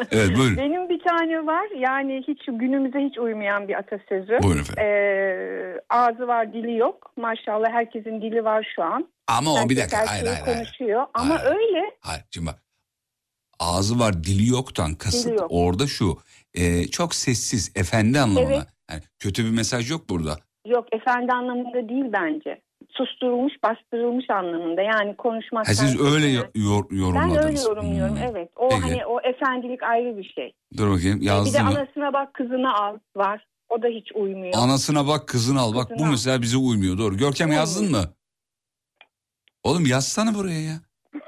Evet buyurun. Benim bir tane var, yani hiç günümüze hiç uymayan bir atasözü. Buyurun efendim. Ağzı var dili yok. Maşallah herkesin dili var şu an. Ama o Herkes bir dakika. her Hayır, şeyi hayır, hayır. konuşuyor. Ama Hayır. öyle. Hayır şimdi bak. Ağzı var dili yoktan kasıt Dili yok. orada şu. Çok sessiz, efendi anlamına. Evet. Yani kötü bir mesaj yok burada. Yok, efendi anlamında değil bence. Susturulmuş, bastırılmış anlamında. Yani konuşmak. Ha, siz öyle yorumladınız. Ben öyle yorumluyorum, evet. O Peki. hani o efendilik ayrı bir şey. Dur bakayım Bir de yazdı mı? anasına bak kızına al var. O da hiç uymuyor. Anasına bak kızını al. Bak bu Kızını al. mesela bize uymuyor. Doğru. Görkem yazdın mı? Oğlum yazsana buraya ya.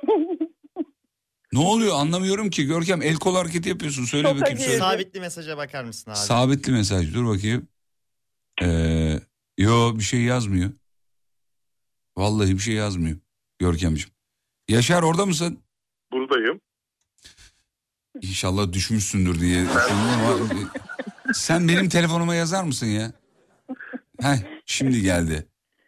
Ne oluyor anlamıyorum ki. Görkem el kol hareketi yapıyorsun. Söyle Çok bakayım. acı. Söyle. Sabitli mesaja bakar mısın abi? Sabitli mesaj. Dur bakayım. Yo bir şey yazmıyor. Vallahi bir şey yazmıyor. Görkemciğim. Yaşar orada mısın? Buradayım. İnşallah düşmüşsündür diye düşündüm ama sen benim telefonuma yazar mısın ya? Heh, şimdi geldi.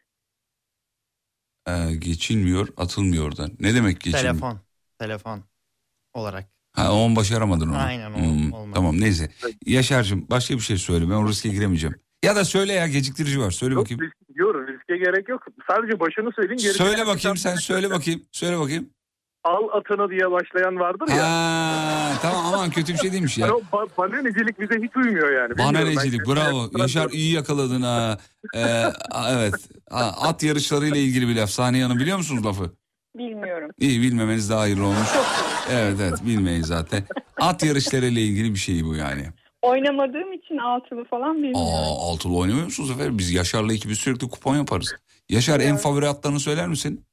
Geçilmiyor, atılmıyor oradan. Ne demek geçilmiyor? Telefon olarak. Ha, on başaramadın onu. Aynen, olmadı. Tamam neyse. Yaşar'cığım başka bir şey söyle. Ben o riske giremeyeceğim. Ya da söyle ya, geciktirici var. Söyle bakayım. Diyorum, riske gerek yok. Sadece başını söyleyin. Söyle bakayım, sen söyle bakayım. Söyle bakayım. Al atını diye başlayan vardır ya. Ha, tamam aman kötü bir şey değilmiş ya. Yani o bananecilik bize hiç uymuyor yani. Bananecilik bravo. Yaşar iyi yakaladın ha. Evet. At yarışlarıyla ilgili bir laf. Saniye Hanım biliyor musunuz lafı? Bilmiyorum. İyi, bilmemeniz daha hayırlı olmuş. Evet bilmeyin zaten. At yarışlarıyla ilgili bir şey bu yani. Oynamadığım için altılı falan bilmiyorum. Altılı oynamıyor musunuz efendim? Biz Yaşar'la ikimiz sürekli kupon yaparız. Yaşar en favori atlarını söyler misin?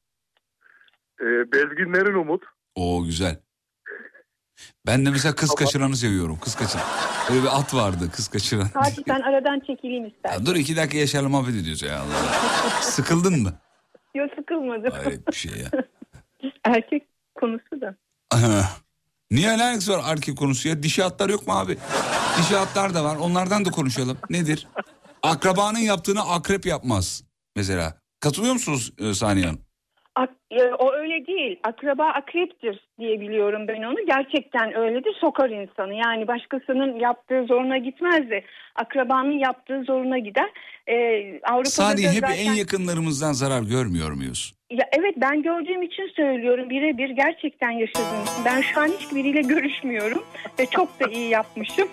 Bezginlerin umut. Oo güzel. Ben de mesela kız kaçıranı seviyorum. Kız kaçıran. Öyle bir at vardı, kız kaçıran. Hadi sen aradan çekileyim istersen. Ya dur 2 dakika Yaşar'la muhabbet ediyoruz ya. Allah. Sıkıldın mı? Yok, sıkılmadım. Hayret bir şey ya. Erkek konusu da. Niye alakası var erkek konusu ya? Dişi atlar yok mu abi? Dişi atlar da var. Onlardan da konuşalım. Nedir? Akrabanın yaptığını akrep yapmaz. Mesela. Katılıyor musunuz Saniye Hanım? O öyle değil. Akraba akreptir diye biliyorum ben onu. Gerçekten öyledir. Sokar insanı. Yani başkasının yaptığı zoruna gitmez de akrabanın yaptığı zoruna gider. Avrupa'da Saniye hep zaten... en yakınlarımızdan zarar görmüyor muyuz? Ya evet, ben gördüğüm için söylüyorum, birebir gerçekten yaşadığım için. Ben şu an hiçbiriyle görüşmüyorum ve çok da iyi yapmışım.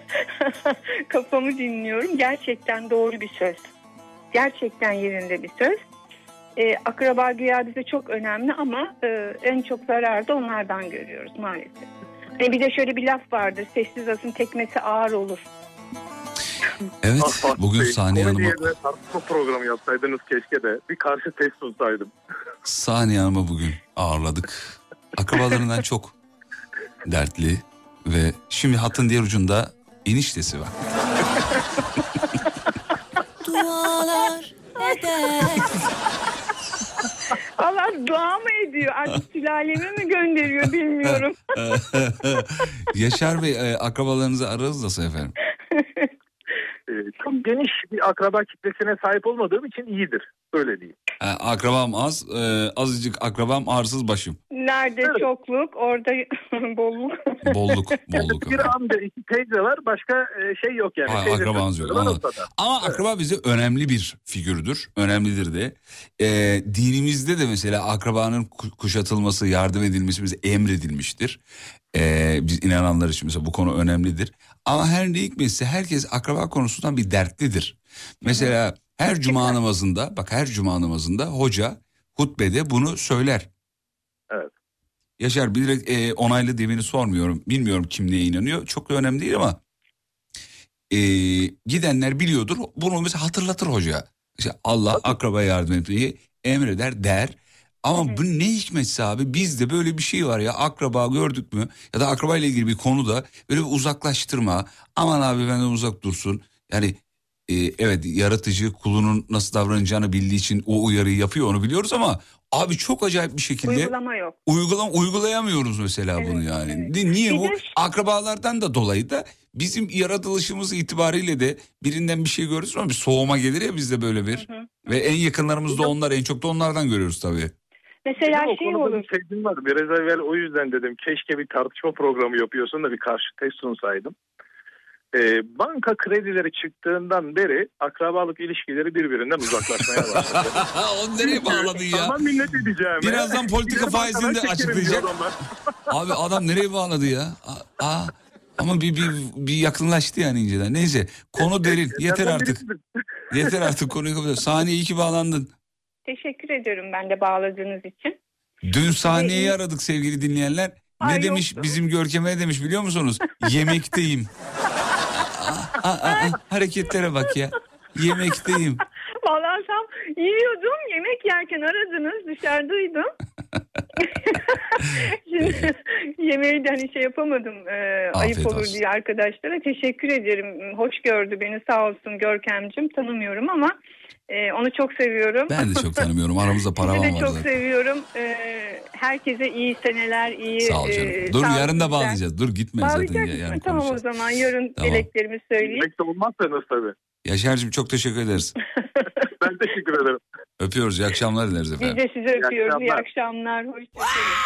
Kafamı dinliyorum. Gerçekten doğru bir söz. Gerçekten yerinde bir söz. Akraba güya bize çok önemli ama en çok zararı da onlardan görüyoruz maalesef. Bir de şöyle bir laf vardır. Sessiz asın tekmesi ağır olur. Evet bugün Saniye Hanım'a... Komediye tartışma programı yapsaydınız keşke de. Bir karşı test sunsaydım. Saniye Hanım'ı bugün ağırladık. Akrabalarından çok dertli ve şimdi hattın diğer ucunda eniştesi var. Dualar eder. Allah dua mı ediyor? Artık sülaleme mi gönderiyor bilmiyorum. Yaşar Bey akrabalarınızı ararız nasıl efendim? Çok geniş bir akraba kitlesine sahip olmadığım için iyidir. Öyle diyeyim. Akrabam az, azıcık akrabam arsız başım. Nerede çokluk, orada bolluk. Bolluk. Bir amca, 2 teyze var, başka şey yok yani. Hayır, akrabanız yok. Ama akraba bize önemli bir figürdür. Önemlidir de. Dinimizde de mesela akrabanın kuşatılması, yardım edilmesi bize emredilmiştir. Biz inananlar için mesela bu konu önemlidir. Ama her ne hikmetse herkes akraba konusundan bir dertlidir. Mesela her cuma namazında hoca hutbede bunu söyler. Evet. Yaşar bilerek onaylı demini sormuyorum. Bilmiyorum kim neye inanıyor. Çok da önemli değil ama gidenler biliyordur. Bunu mesela hatırlatır hoca. İşte Allah akrabaya yardım etmeyi emreder der. Ama bu ne hikmetse abi, bizde böyle bir şey var ya, akraba gördük mü ya da akraba ile ilgili bir konuda böyle bir uzaklaştırma, aman abi benden uzak dursun. Yani evet, yaratıcı kulunun nasıl davranacağını bildiği için o uyarıyı yapıyor, onu biliyoruz ama abi çok acayip bir şekilde Uygulama yok. Uygulayamıyoruz mesela bunu yani. Evet. Niye bu? Akrabalardan da dolayı da bizim yaratılışımız itibariyle de birinden bir şey görürüz ama bir soğuma gelir ya bizde böyle bir. Ve en yakınlarımız da onlar, en çok da onlardan görüyoruz tabii. Mesela o şey konuda olur. bir sevgim var. Biraz evvel o yüzden dedim keşke bir tartışma programı yapıyorsun da bir karşı test sunsaydım. Banka kredileri çıktığından beri akrabalık ilişkileri birbirinden uzaklaşmaya başladı. O nereye bağladın ya? Tamam minnet edeceğim. Birazdan politika faizini de açıklayacak. Abi adam nereye bağladı ya? Ama bir yakınlaştı yani inceden. Neyse konu derin. Yeter artık. Yeter artık konuyu kapatalım. Saniye iyi ki bağlandın. Teşekkür ediyorum ben de bağladığınız için. Dün sahneyi aradık sevgili dinleyenler. Ne Ay, demiş yoktu. bizim Görkem'e demiş biliyor musunuz? Yemekteyim. Hareketlere bak ya. Yemekteyim. Vallahi tam yiyordum, yemek yerken aradınız, dışarıdaydım. Şimdi yemeği de hani şey yapamadım, ayıp olur diye arkadaşlara. Teşekkür ederim. Hoş gördü beni, sağ olsun Görkemciğim. Tanımıyorum ama onu çok seviyorum. Ben de çok tanımıyorum. Aramızda paravan var Sizi de çok zaten. seviyorum. Herkese iyi seneler, iyi... Sağ ol canım. Dur yarın da bağlayacağız. Dur gitme zaten. Yarın tamam o zaman yarın dileklerimi söyleyeyim. Dilek de olmazsanız tabii. Yaşar'cığım çok teşekkür ederiz. Ben teşekkür ederim. Öpüyoruz. İyi akşamlar dileriz efendim. Biz de sizi öpüyoruz. İyi akşamlar. Hoşçakalın.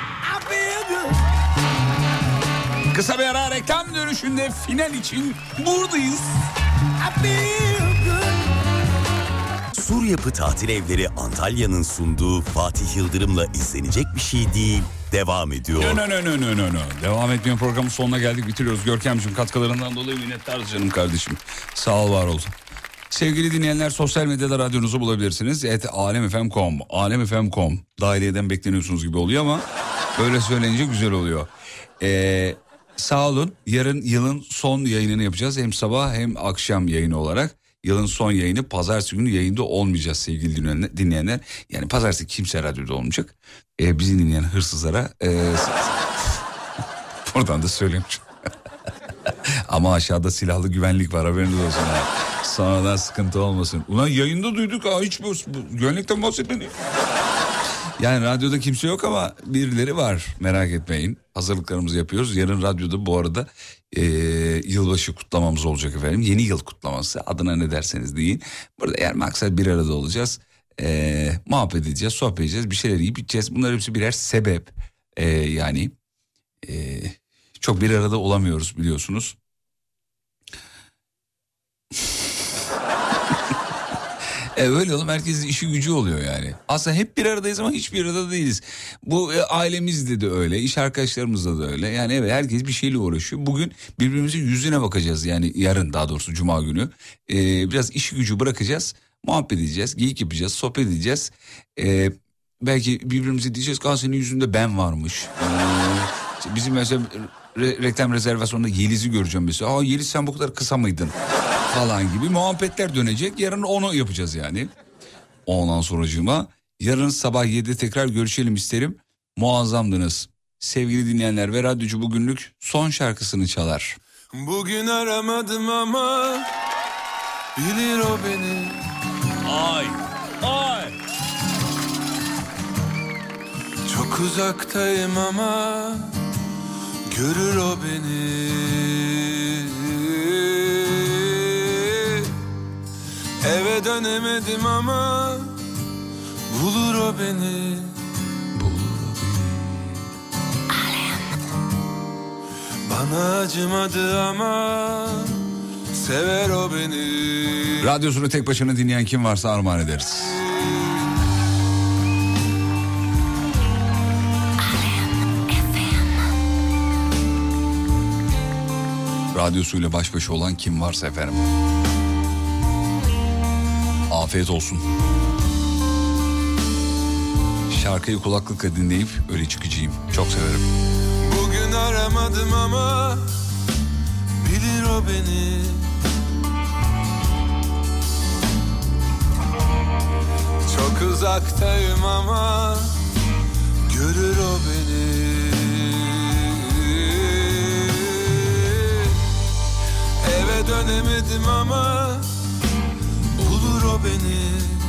Kısa bir ara reklam dönüşünde final için buradayız. Sur Yapı Tatil Evleri Antalya'nın sunduğu Fatih Yıldırım'la izlenecek bir şey değil. Devam ediyor. No. Devam etmiyor, programın sonuna geldik, bitiriyoruz. Görkemciğim katkılarından dolayı minnettarız canım kardeşim. Sağ ol, var olsun. Sevgili dinleyenler, sosyal medyada radyonuzu bulabilirsiniz. @alemfm.com, alemfm.com. Daireden bekleniyorsunuz gibi oluyor ama böyle söyleyince güzel oluyor. Sağ olun. Yarın yılın son yayınını yapacağız. Hem sabah hem akşam yayını olarak. Yılın son yayını pazartesi günü yayında olmayacağız sevgili dinleyenler. Yani pazartesi kimse radyoda olmayacak. Bizi dinleyen hırsızlara buradan da söyleyeyim. Ama aşağıda silahlı güvenlik var, haberiniz olsun. Sonradan sıkıntı olmasın. Ulan yayında duyduk hiç bu güvenlikten bahsetmedi. Yani radyoda kimse yok ama birileri var, merak etmeyin. Hazırlıklarımızı yapıyoruz. Yarın radyoda bu arada yılbaşı kutlamamız olacak efendim. Yeni yıl kutlaması, adına ne derseniz deyin. Burada eğer maksat bir arada olacağız. Muhabbet edeceğiz, sohbet edeceğiz, bir şeyler yiyip içeceğiz. Bunlar hepsi birer sebep. Yani çok bir arada olamıyoruz biliyorsunuz. Öyle oğlum, herkesin işi gücü oluyor yani. Aslında hep bir aradayız ama hiçbir arada değiliz. Bu ailemizde de öyle, iş arkadaşlarımızda da öyle. Yani evet, herkes bir şeyle uğraşıyor. Bugün birbirimizin yüzüne bakacağız, yani yarın, daha doğrusu cuma günü. Biraz işi gücü bırakacağız, muhabbet edeceğiz, geyik yapacağız, sohbet edeceğiz. Belki birbirimize diyeceğiz ki senin yüzünde ben varmış. Bizim mesela reklam rezervasyonunda Yeliz'i göreceğim mesela. Yeliz sen bu kadar kısa mıydın? Falan gibi muhabbetler dönecek. Yarın onu yapacağız yani. Ondan sonracığıma yarın sabah 7'de tekrar görüşelim isterim. Muazzamdınız. Sevgili dinleyenler ve radyocu bugünlük son şarkısını çalar. Bugün aramadım ama bilir o beni. Ay. Çok uzaktayım ama görür o beni. Eve dönemedim ama bulur o beni. Bana acımadı ama sever o beni. Radyosunu tek başına dinleyen kim varsa armağan ederiz. Radyosuyla baş başa olan kim varsa efendim. Afiyet olsun. Şarkıyı kulaklıkla dinleyip öyle çıkacağım. Çok severim. Bugün aramadım ama bilir o beni. Çok uzaktayım ama görür o beni. Eve dönemedim ama bulur o beni.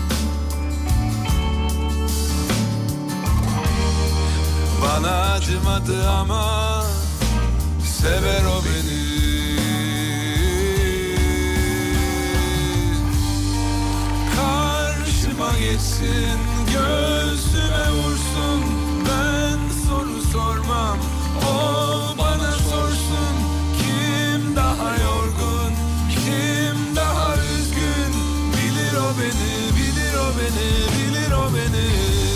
Bana acımadı ama sever o beni. Karşıma geçsin göğsüme vursun. Ben soru sormam, o bana sorsun. Kim daha yorgun, kim daha üzgün? Bilir o beni, bilir o beni, bilir o beni.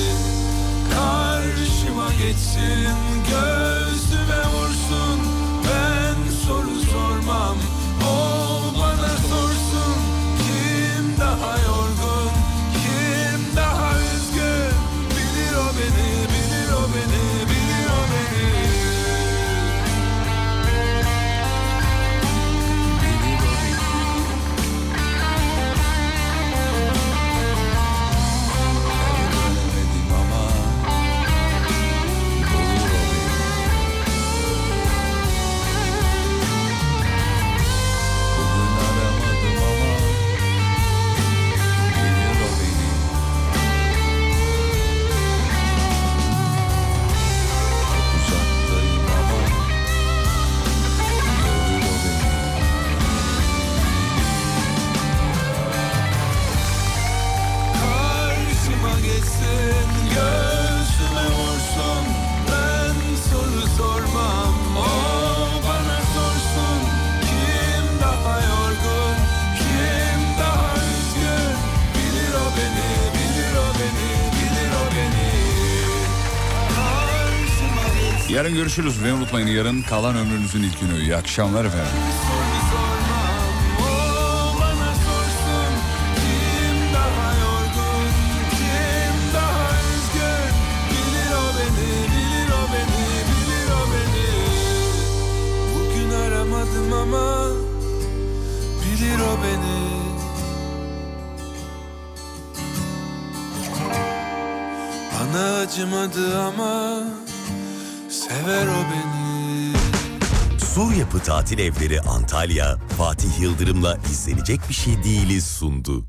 Karşıma geçsin, göğsüme vursun. Ben soru sormam, o bana sorsun. Kim daha yorgun, kim daha üzgün? Bilir o beni, bilir o beni, bilir o beni. Bilir o beni. Öğrenemedim ama bulur o beni. Bugün aramadım ama bilir o beni. Çok uzaktayım ama görür o beni. Karşıma geçsin, göğsüme vursun. Ben soru sormam, o bana sorsun. Kim daha yorgun, kim daha üzgün? Bilir o beni, bilir o beni, bilir o beni. Karşıma geçsin, Yarın görüşürüz ve unutmayın, yarın kalan ömrünüzün ilk günü. İyi akşamlar efendim. soru sormam, o bana sorsun. Kim daha yorgun, kim daha üzgün? Bilir o beni, bilir o beni, bilir o beni. Bugün aramadım ama bilir o beni. Bana acımadı ama sever o beni. Sur Yapı Tatil Evleri Antalya, Fatih Yıldırım'la izlenecek bir şey değiliz sundu.